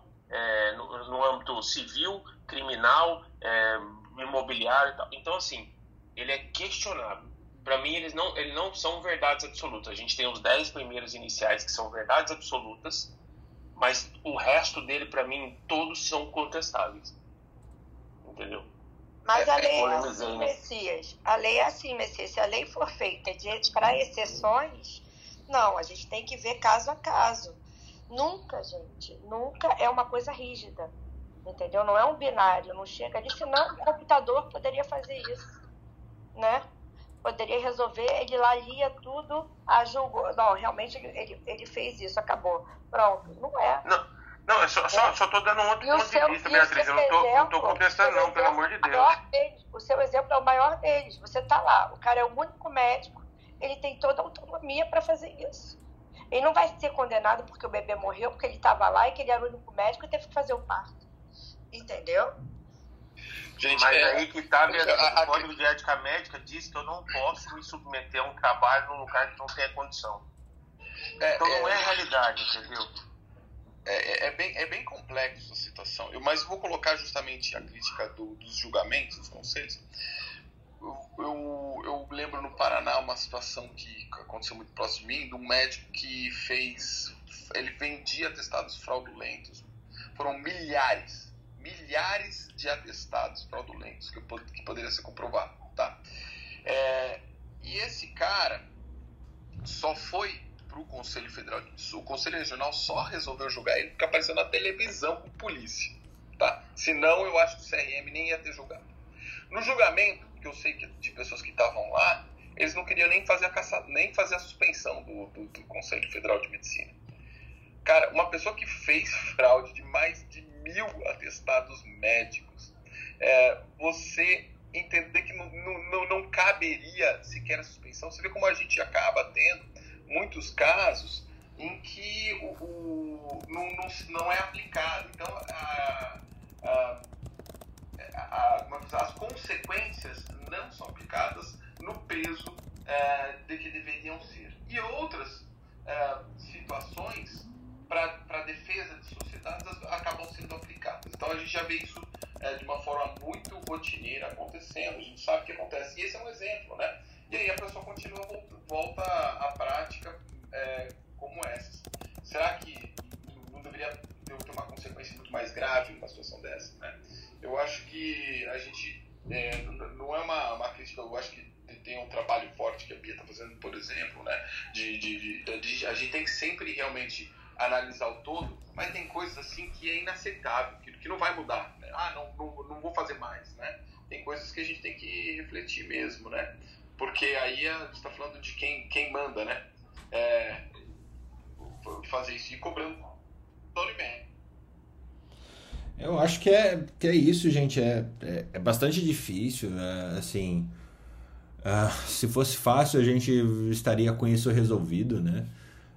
no âmbito civil, criminal, imobiliário e tal. Então, assim, ele é questionável. Para mim, eles não são verdades absolutas. A gente tem os 10 primeiros iniciais que são verdades absolutas, mas o resto dele, para mim, todos são contestáveis. Entendeu? Mas a lei é assim, Messias. A lei é assim, Messias. Se a lei for feita para exceções, não, a gente tem que ver caso a caso. Nunca é uma coisa rígida, entendeu? Não é um binário, não chega ali, senão o computador poderia fazer isso, né? Poderia resolver, ele lá lia tudo, julgou. Não, realmente ele fez isso, acabou. Pronto, não é. Não, eu só estou dando um outro ponto de vista, Beatriz. Eu não estou contestando, não, pelo amor de Deus. O seu exemplo é o maior deles. Você está lá, o cara é o único médico, ele tem toda a autonomia para fazer isso. Ele não vai ser condenado porque o bebê morreu, porque ele estava lá e que ele era o único médico e teve que fazer o parto. Entendeu? Gente, mas aí que tá, o Código de Ética Médica diz que eu não posso me submeter a um trabalho num lugar que não tenha condição. Então não é a realidade, entendeu? É bem complexo a situação. Mas vou colocar justamente a crítica dos julgamentos dos conselhos. Eu lembro no Paraná uma situação que aconteceu muito próximo de mim, de um médico que ele vendia atestados fraudulentos. Foram milhares de atestados fraudulentos que poderia ser comprovado, tá? E esse cara só foi pro Conselho Federal, o Conselho Regional só resolveu julgar ele porque apareceu na televisão com polícia, tá? Senão eu acho que o CRM nem ia ter julgado. No julgamento, que eu sei que de pessoas que estavam lá, eles não queriam nem fazer a suspensão do Conselho Federal de Medicina. Cara, uma pessoa que fez fraude de mais de 1.000 atestados médicos, você entender que não caberia sequer a suspensão. Você vê como a gente acaba tendo muitos casos em que não é aplicado. Então, as consequências não são aplicadas no peso de que deveriam ser. E outras situações para defesa de sociedades acabam sendo aplicadas. Então a gente já vê isso de uma forma muito rotineira acontecendo, a gente sabe o que acontece. E esse é um exemplo, né? E aí a pessoa continua, volta à prática como essas. Será que não deveria ter uma consequência muito mais grave numa situação dessa, né? Eu acho que a gente não é uma crítica, eu acho que tem um trabalho forte que a Bia está fazendo, por exemplo, né? A gente tem que sempre realmente analisar o todo, mas tem coisas assim que é inaceitável, que não vai mudar, né? Não vou fazer mais, né? Tem coisas que a gente tem que refletir mesmo, né? Porque aí a gente está falando de quem manda, né? Fazer isso e cobrando todo e-mail. Eu acho que é isso, gente. É bastante difícil, assim. Se fosse fácil, a gente estaria com isso resolvido, né?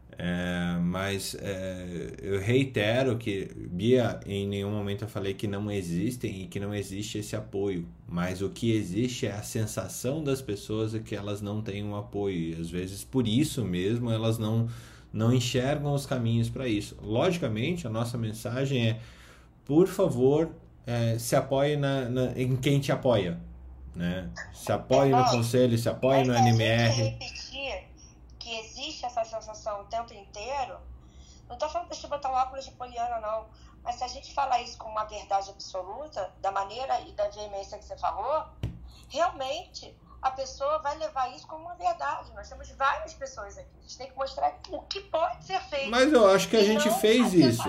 Mas eu reitero que, Bia, em nenhum momento eu falei que não existem e que não existe esse apoio, mas o que existe é a sensação das pessoas de que elas não têm um apoio, e às vezes por isso mesmo elas não enxergam os caminhos para isso. Logicamente, a nossa mensagem é: por favor, se apoie em quem te apoia, né? Se apoie no conselho, se apoie no NMR. Que existe essa sensação o tempo inteiro, não estou falando de botar um óculos de poliana, não, mas se a gente falar isso com uma verdade absoluta, da maneira e da veemência que você falou, realmente a pessoa vai levar isso como uma verdade. Nós temos várias pessoas aqui, a gente tem que mostrar o que pode ser feito. Mas eu acho que a gente fez isso.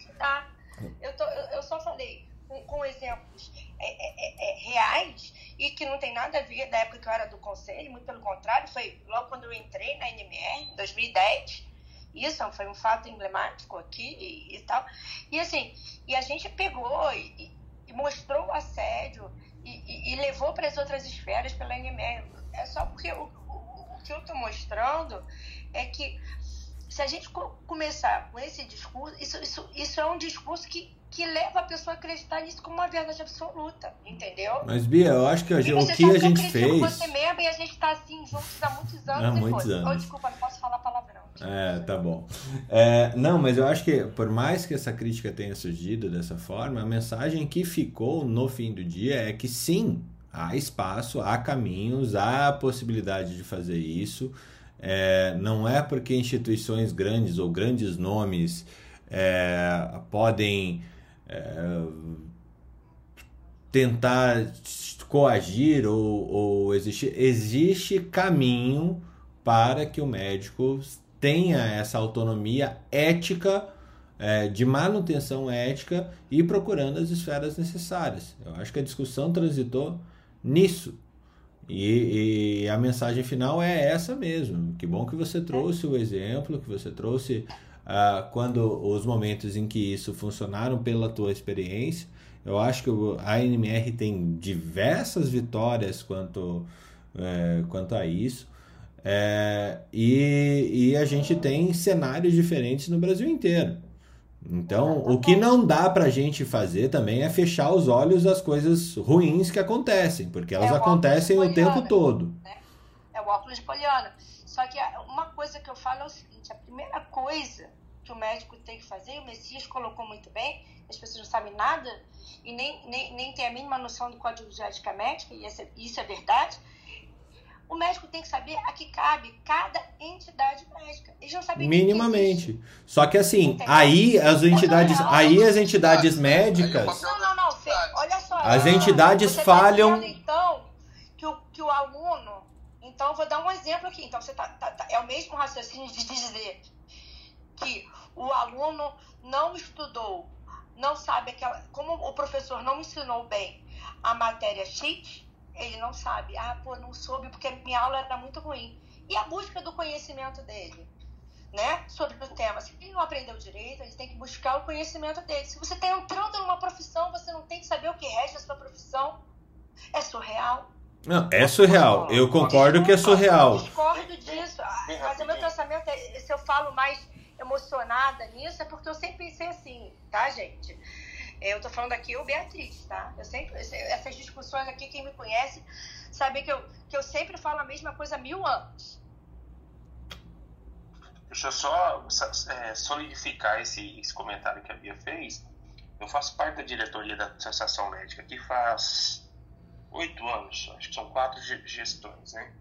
Eu só falei com exemplos reais e que não tem nada a ver da época que eu era do conselho, muito pelo contrário, foi logo quando eu entrei na NMR, em 2010, isso foi um fato emblemático aqui e tal, e assim, e a gente pegou e mostrou o assédio e levou para as outras esferas pela NMR. É só porque o que eu estou mostrando é que se a gente começar com esse discurso, isso é um discurso que leva a pessoa a acreditar nisso como uma verdade absoluta, entendeu? Mas, Bia, eu acho que o que a gente fez... Você mesmo, e a gente está assim juntos há muitos anos. Oh, desculpa, não posso falar palavrão. Tá bom. Não, mas eu acho que, por mais que essa crítica tenha surgido dessa forma, a mensagem que ficou no fim do dia é que sim, há espaço, há caminhos, há possibilidade de fazer isso. Não é porque instituições grandes ou grandes nomes podem tentar coagir ou existir. Existe caminho para que o médico tenha essa autonomia ética, de manutenção ética, e procurando as esferas necessárias. Eu acho que a discussão transitou nisso. E a mensagem final é essa mesmo. Que bom que você trouxe o exemplo, que você trouxe quando os momentos em que isso funcionaram pela tua experiência. Eu acho que a NMR tem diversas vitórias quanto a isso. E a gente tem cenários diferentes no Brasil inteiro. Então, o que não dá pra gente fazer também é fechar os olhos às coisas ruins que acontecem, porque elas acontecem o tempo todo. Né? É o óculos de poliana. Só que uma coisa que eu falo é o seguinte: a primeira coisa que o médico tem que fazer, o Messias colocou muito bem, as pessoas não sabem nada e nem têm a mínima noção do Código de Ética Médica, e isso é verdade. O médico tem que saber a que cabe cada entidade médica. Eles não sabem minimamente. Só que assim, aí as entidades médicas... Não, Fê, olha só. As entidades falham... Tá dizendo, então, que o aluno... Então, eu vou dar um exemplo aqui. Então, você é o mesmo raciocínio de dizer que o aluno não estudou, não sabe como o professor não ensinou bem a matéria X, Ele não sabe. Não soube porque a minha aula era muito ruim. E a busca do conhecimento dele, né, sobre o tema. Se ele não aprendeu direito, ele tem que buscar o conhecimento dele. Se você está entrando numa profissão, você não tem que saber o que rege a sua profissão. É surreal. Não, é surreal. Eu concordo que é surreal. Eu discordo disso. Mas o meu pensamento se eu falo mais emocionada nisso, é porque eu sempre pensei assim, tá, gente? Eu tô falando aqui, eu, Beatriz, tá? Essas discussões aqui, quem me conhece, sabe que eu sempre falo a mesma coisa há 1000 anos. Deixa eu só solidificar esse comentário que a Bia fez. Eu faço parte da diretoria da Associação Médica, que faz 8 anos, acho que são 4 gestões, né?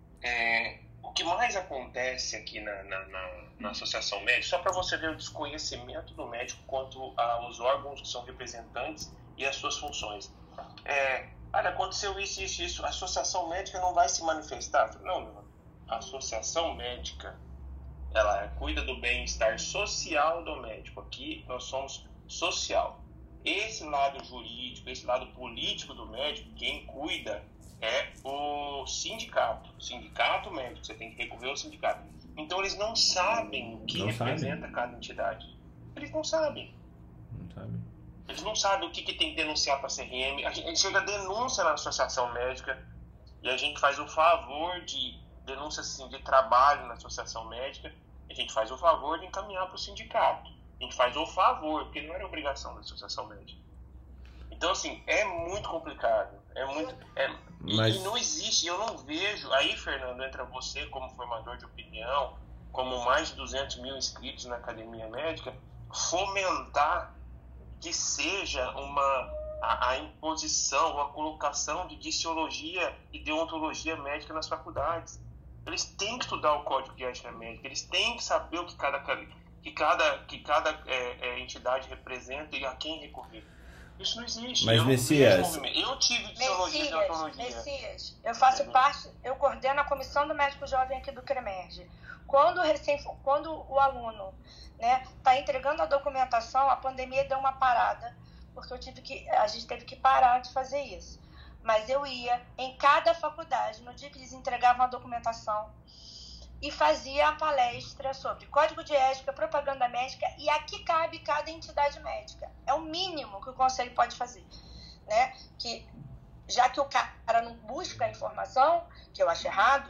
O que mais acontece aqui na Associação Médica, só para você ver o desconhecimento do médico quanto aos órgãos que são representantes e as suas funções. Olha, aconteceu isso, a Associação Médica não vai se manifestar. Não. A Associação Médica, ela cuida do bem-estar social do médico. Aqui nós somos social. Esse lado jurídico, esse lado político do médico, quem cuida é o sindicato médico. Você tem que recorrer ao sindicato. Então eles não sabem o que representa cada entidade. Eles não sabem. Eles não sabem o que tem que denunciar para a CRM. A gente chega a denúncia na Associação Médica e a gente faz o favor de denúncia assim, de trabalho na Associação Médica. A gente faz o favor de encaminhar para o sindicato. A gente faz o favor, porque não era obrigação da Associação Médica. Então, assim, é muito complicado. E não existe, eu não vejo. Aí, Fernando, entra você como formador de opinião, como mais de 200 mil inscritos na Academia Médica, fomentar que seja a imposição, a colocação de disciologia e deontologia médica nas faculdades. Eles têm que estudar o Código de Ética Médica, eles têm que saber o que cada entidade representa e a quem recorrer. Isso não existe. Mas, Messias... Eu tive disciologia e deontologia. Messias, eu faço parte, eu coordeno a comissão do médico jovem aqui do CREMERGE. Quando o aluno está entregando a documentação, a pandemia deu uma parada, porque a gente teve que parar de fazer isso. Mas eu ia em cada faculdade, no dia que eles entregavam a documentação, e fazia a palestra sobre Código de Ética, propaganda médica, e aqui cabe cada entidade médica. É o mínimo que o conselho pode fazer, né? Que, já que o cara não busca a informação, que eu acho errado,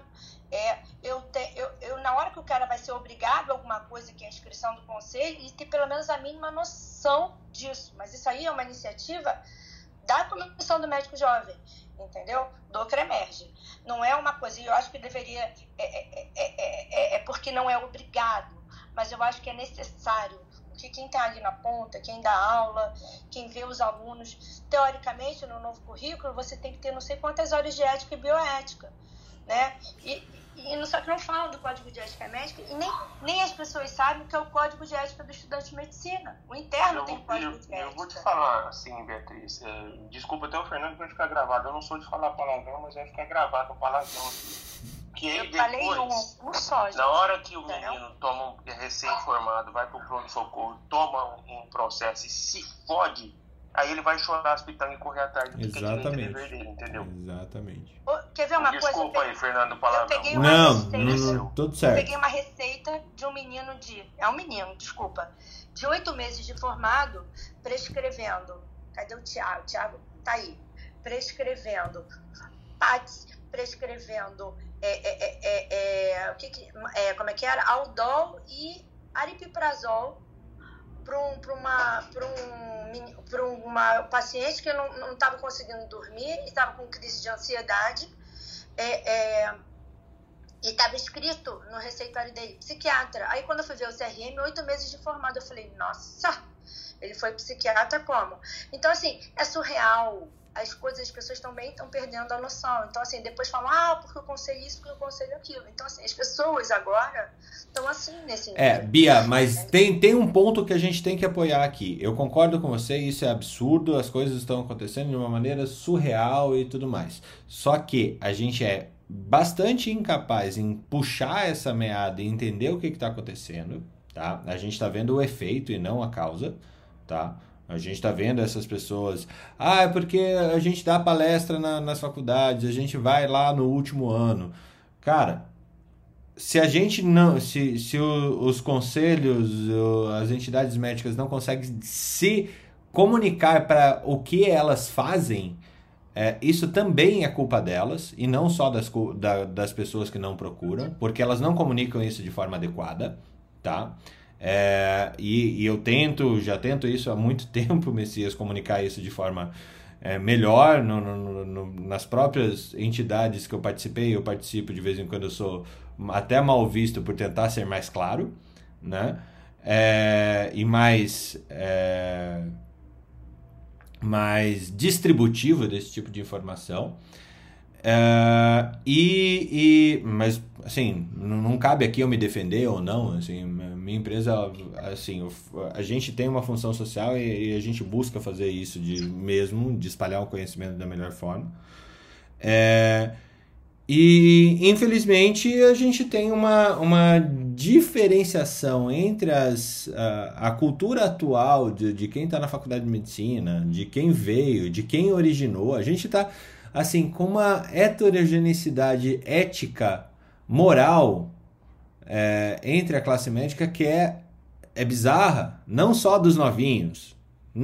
na hora que o cara vai ser obrigado a alguma coisa, que é a inscrição do conselho, ele ter pelo menos a mínima noção disso. Mas isso aí é uma iniciativa da Comissão do Médico Jovem, entendeu? Do CREMERGE. Não é uma coisa, e eu acho que deveria, porque não é obrigado, mas eu acho que é necessário, porque quem está ali na ponta, quem dá aula, quem vê os alunos, teoricamente, no novo currículo, você tem que ter não sei quantas horas de ética e bioética, né? Só que não falam do Código de Ética Médica, e nem as pessoas sabem o que é o Código de Ética do estudante de medicina. O interno tem Código de Ética. Eu vou te falar assim, Beatriz, desculpa até o Fernando, vai ficar gravado. Eu não sou de falar palavrão, mas vai ficar gravado o palavrão aqui. Que aí eu falei um só, gente. Na hora que o menino toma recém-formado, vai pro pronto-socorro, toma um processo e se fode, aí ele vai chorar as pitangas e correr atrás do que é dever dele, entendeu? Exatamente. Quer ver uma Desculpa coisa? aí, Fernando, palavrão. Eu peguei uma receita. Não, tudo certo. Eu peguei uma receita de um menino de 8 meses de formado, prescrevendo. Cadê o Tiago? Tiago tá aí. Prescrevendo PATS, prescrevendo como é que era? Aldol e aripiprazol para uma paciente que não estava conseguindo dormir e estava com crise de ansiedade, e estava escrito no receituário dele, psiquiatra. Aí quando eu fui ver o CRM, 8 meses de formado, eu falei, nossa, ele foi psiquiatra como? Então, assim, é surreal. As pessoas também estão perdendo a noção. Então, assim, depois falam, porque eu conselho isso, porque eu conselho aquilo. Então, assim, as pessoas agora estão assim nesse nível. Bia, mas tem um ponto que a gente tem que apoiar aqui. Eu concordo com você, isso é absurdo, as coisas estão acontecendo de uma maneira surreal e tudo mais. Só que a gente é bastante incapaz em puxar essa meada e entender o que está acontecendo, tá? A gente está vendo o efeito e não a causa, tá? A gente está vendo essas pessoas, é porque a gente dá palestra nas faculdades, a gente vai lá no último ano. Cara, se a gente não, se os conselhos, as entidades médicas não conseguem se comunicar para o que elas fazem, isso também é culpa delas, e não só das pessoas que não procuram, porque elas não comunicam isso de forma adequada, tá? E eu já tento isso há muito tempo, Messias, comunicar isso de forma melhor nas próprias entidades que eu participo de vez em quando, eu sou até mal visto por tentar ser mais claro, né? E mais distributivo desse tipo de informação. Mas assim, não cabe aqui eu me defender ou não, assim, minha empresa, assim, a gente tem uma função social e a gente busca fazer isso de espalhar o conhecimento da melhor forma. E infelizmente a gente tem uma diferenciação entre a cultura atual de quem está na faculdade de medicina, de quem veio, de quem originou. A gente está assim, com uma heterogeneidade ética, moral, entre a classe médica que é bizarra, não só dos novinhos,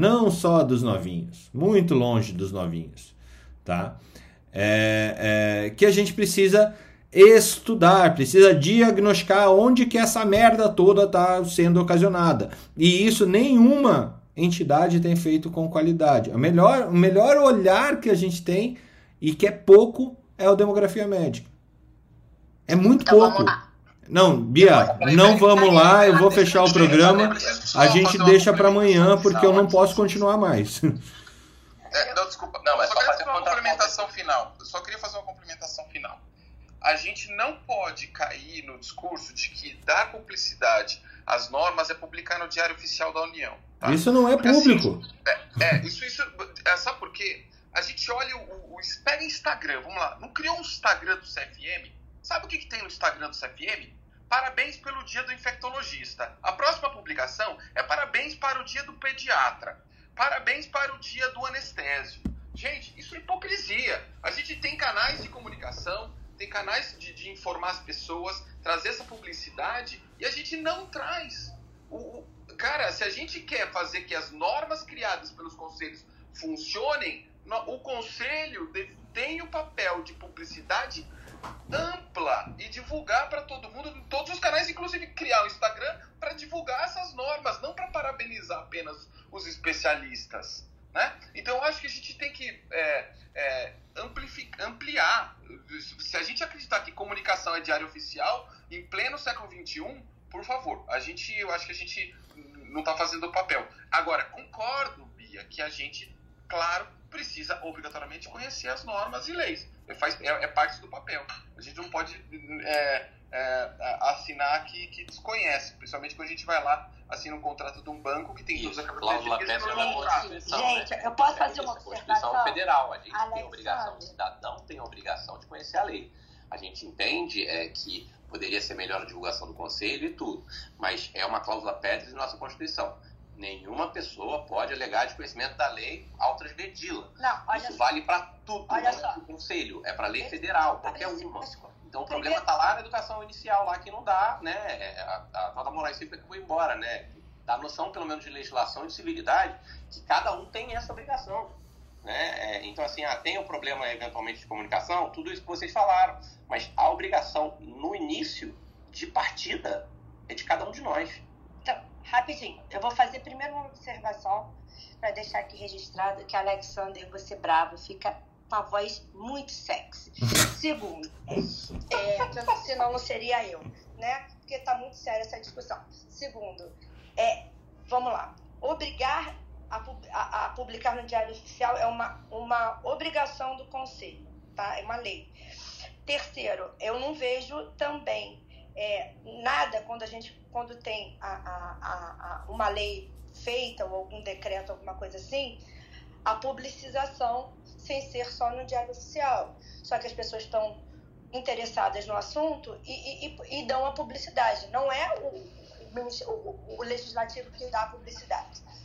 muito longe dos novinhos, tá? Que a gente precisa estudar, precisa diagnosticar onde que essa merda toda está sendo ocasionada, e isso nenhuma entidade tem feito com qualidade. O melhor olhar que a gente tem, e que é pouco, é o Demografia Médica. É muito pouco. Não, Bia, não vamos lá, eu vou fechar o programa, a gente deixa para amanhã, porque eu não posso continuar mais. Não, desculpa, não, mas só queria fazer uma complementação final. Eu só queria fazer uma complementação final. A gente não pode cair no discurso de que dar publicidade às normas é publicar no Diário Oficial da União. Tá? Isso não é público. Assim, isso sabe por quê? A gente olha pega Instagram, vamos lá. Não criou um Instagram do CFM? Sabe o que tem no Instagram do CFM? Parabéns pelo dia do infectologista. A próxima publicação é parabéns para o dia do pediatra. Parabéns para o dia do anestésio. Gente, isso é hipocrisia. A gente tem canais de comunicação, tem canais de informar as pessoas, trazer essa publicidade, e a gente não traz. Cara, se a gente quer fazer que as normas criadas pelos conselhos funcionem, o conselho tem o papel de publicidade ampla e divulgar para todo mundo, em todos os canais, inclusive criar um Instagram para divulgar essas normas, não para parabenizar apenas os especialistas, né? Então eu acho que a gente tem que ampliar. Se a gente acreditar que comunicação é diário oficial, em pleno século XXI, por favor, eu acho que a gente não está fazendo o papel. Agora, concordo, Bia, que a gente, claro, precisa obrigatoriamente conhecer as normas e leis. É parte do papel. A gente não pode assinar que desconhece, principalmente quando a gente vai lá, assina um contrato de um banco que tem todas as características. Gente, eu posso fazer uma observação? Federal, a gente tem obrigação, o cidadão tem a obrigação de conhecer a lei. A gente entende que poderia ser melhor a divulgação do conselho e tudo, mas é uma cláusula pétrea de nossa Constituição. Nenhuma pessoa pode alegar desconhecimento da lei ao transgredi-la. Isso vale para tudo, não é para o conselho, é para a lei federal, qualquer uma. Então o problema está lá na educação inicial, lá que não dá, né? A tal da moral cívica que foi embora, né? Dá noção, pelo menos, de legislação e de civilidade, que cada um tem essa obrigação, né? Então, assim, tem um problema, eventualmente, de comunicação, tudo isso que vocês falaram, mas a obrigação, no início, de partida, é de cada um de nós. Então, rapidinho, eu vou fazer primeiro uma observação para deixar aqui registrado que Alexander, você bravo, fica com a voz muito sexy. Segundo, senão não seria eu, né? Porque tá muito séria essa discussão. Segundo, vamos lá, obrigar a publicar no Diário Oficial é uma obrigação do Conselho, tá? É uma lei. Terceiro, eu não vejo também nada quando tem uma lei feita ou algum decreto, alguma coisa assim, a publicização sem ser só no Diário Oficial. Só que as pessoas estão interessadas no assunto e dão a publicidade. Não é o legislativo que dá a publicidade.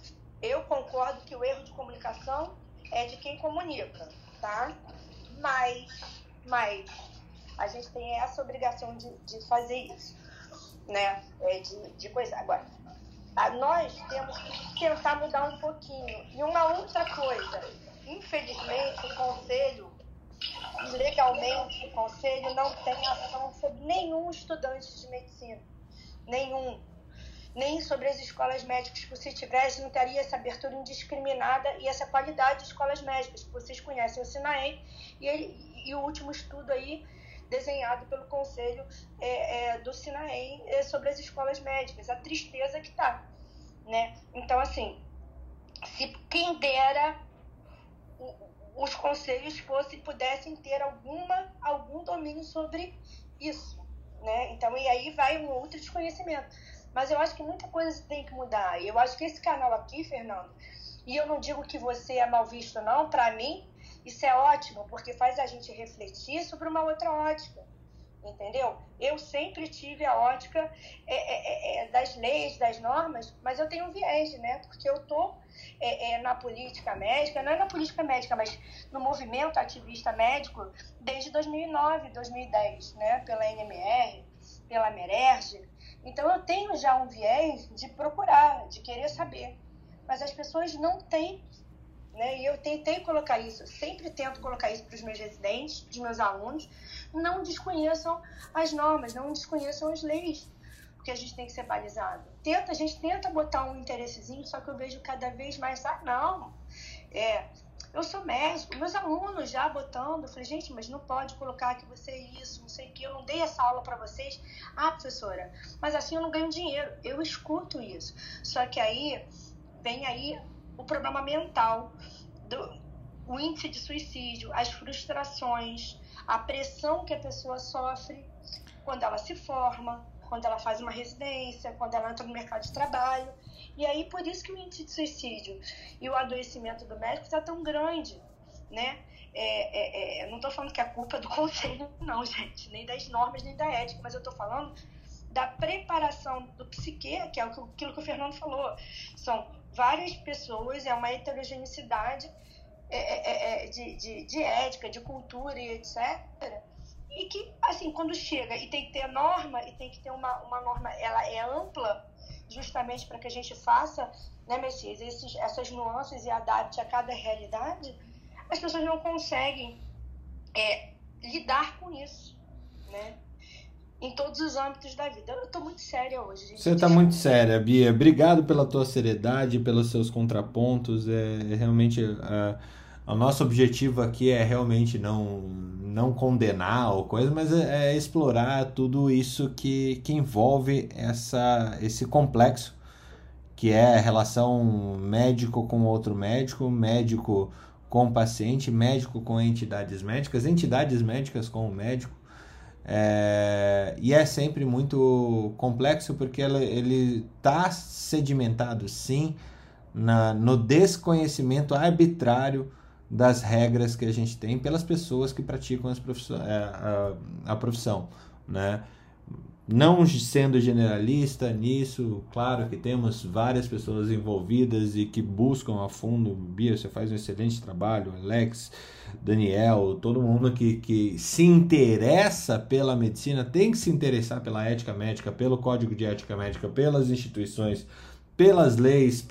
Eu concordo que o erro de comunicação é de quem comunica, tá? Mas a gente tem essa obrigação de fazer isso, né? De coisa. Agora, nós temos que tentar mudar um pouquinho. E uma outra coisa, infelizmente, o Conselho, legalmente, o Conselho não tem ação sobre nenhum estudante de medicina. Nenhum. Nem sobre as escolas médicas. Se tivesse, não teria essa abertura indiscriminada e essa qualidade de escolas médicas. Vocês conhecem o SINAEM e o último estudo aí desenhado pelo Conselho do SINAEM sobre as escolas médicas. A tristeza que está, né? Então, assim, se quem dera os conselhos pudessem ter algum domínio sobre isso, né? Então, e aí vai um outro desconhecimento. Mas eu acho que muita coisa tem que mudar. E eu acho que esse canal aqui, Fernando, e eu não digo que você é mal visto, não, para mim, isso é ótimo, porque faz a gente refletir sobre uma outra ótica, entendeu? Eu sempre tive a ótica das leis, das normas, mas eu tenho um viés, né? Porque eu tô na política médica, não é na política médica, mas no movimento ativista médico desde 2009, 2010, né? Pela NMR, pela Mererge. Então eu tenho já um viés de procurar, de querer saber, mas as pessoas não têm, né? E eu tentei colocar isso, sempre tento colocar isso para os meus residentes, para os meus alunos, não desconheçam as normas, não desconheçam as leis, porque a gente tem que ser balizado. A gente tenta botar um interessezinho, só que eu vejo cada vez mais, eu sou médico, meus alunos já botando, eu falei, gente, mas não pode colocar que você é isso, não sei o que, eu não dei essa aula para vocês. Professora, mas assim eu não ganho dinheiro. Eu escuto isso. Só que aí, vem aí o problema mental, o índice de suicídio, as frustrações, a pressão que a pessoa sofre quando ela se forma, quando ela faz uma residência, quando ela entra no mercado de trabalho. E aí, por isso que o índice de suicídio e o adoecimento do médico está tão grande, né? Não estou falando que é culpa do conselho, não, gente, nem das normas, nem da ética, mas eu estou falando da preparação do psique, que é aquilo que o Fernando falou. São várias pessoas, é uma heterogeneidade de ética, de cultura e etc. E que, assim, quando chega e tem que ter norma, e tem que ter uma norma, ela é ampla, justamente para que a gente faça, né, Messias, essas nuances e adapte a cada realidade, as pessoas não conseguem lidar com isso, né? Em todos os âmbitos da vida. Eu estou muito séria hoje, gente. Você está muito séria, Bia. Obrigado pela tua seriedade, pelos seus contrapontos. Realmente, o nosso objetivo aqui é realmente não condenar ou coisa, mas é explorar tudo isso que envolve esse complexo, que é a relação médico com outro médico, médico com paciente, médico com entidades médicas com o médico. E é sempre muito complexo porque ele está sedimentado, sim, no desconhecimento arbitrário das regras que a gente tem pelas pessoas que praticam a profissão, né? Não sendo generalista nisso, claro que temos várias pessoas envolvidas e que buscam a fundo. Bia, você faz um excelente trabalho, Alex, Daniel, todo mundo que se interessa pela medicina tem que se interessar pela ética médica, pelo código de ética médica, pelas instituições, pelas leis,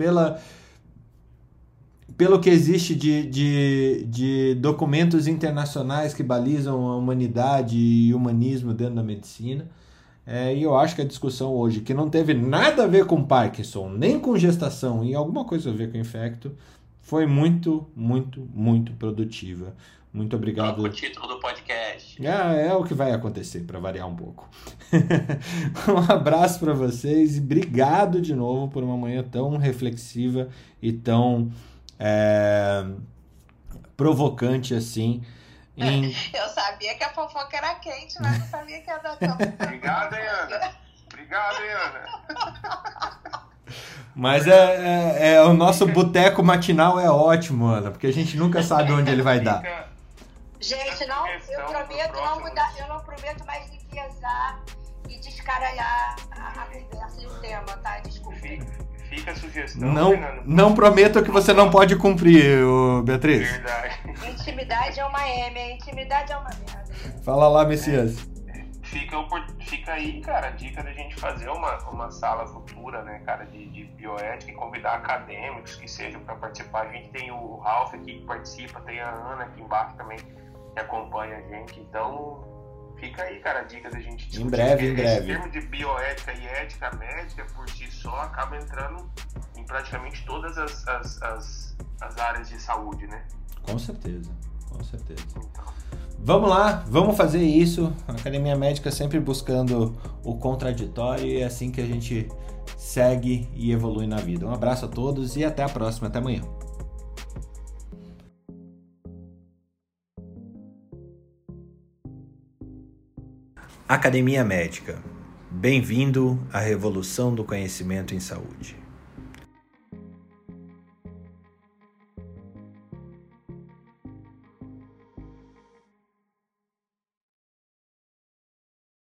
pelo que existe de documentos internacionais que balizam a humanidade e o humanismo dentro da medicina. E eu acho que a discussão hoje, que não teve nada a ver com Parkinson, nem com gestação e alguma coisa a ver com infecto, foi muito, muito, muito produtiva. Muito obrigado. O título do podcast. É o que vai acontecer, para variar um pouco. Um abraço para vocês e obrigado de novo por uma manhã tão reflexiva e tão provocante assim. Eu sabia que a fofoca era quente, mas não sabia que ia dar tão... Obrigado, Ana. Obrigado, Ana. Mas o nosso boteco matinal é ótimo, Ana, porque a gente nunca sabe onde ele vai dar. Gente, eu prometo não mudar, eu não prometo mais enviesar e descaralhar a conversa e o tema, tá? Desculpa. Fica a sugestão, Não, Fernando. não prometo que você não pode cumprir, Beatriz. Verdade. Intimidade é uma M, intimidade é uma merda. Fala lá, Messias. Fica aí, cara, a dica da gente fazer uma sala futura, né, cara, de bioética e convidar acadêmicos que sejam para participar. A gente tem o Ralph aqui que participa, tem a Ana aqui embaixo também que acompanha a gente. Então, fica aí, cara, a dica da gente discutir. Em breve. Esse termo de bioética e ética médica, por si só, acaba entrando em praticamente todas as áreas de saúde, né? Com certeza. Então, Vamos lá, vamos fazer isso. A Academia Médica sempre buscando o contraditório e é assim que a gente segue e evolui na vida. Um abraço a todos e até a próxima, até amanhã. Academia Médica. Bem-vindo à revolução do conhecimento em saúde.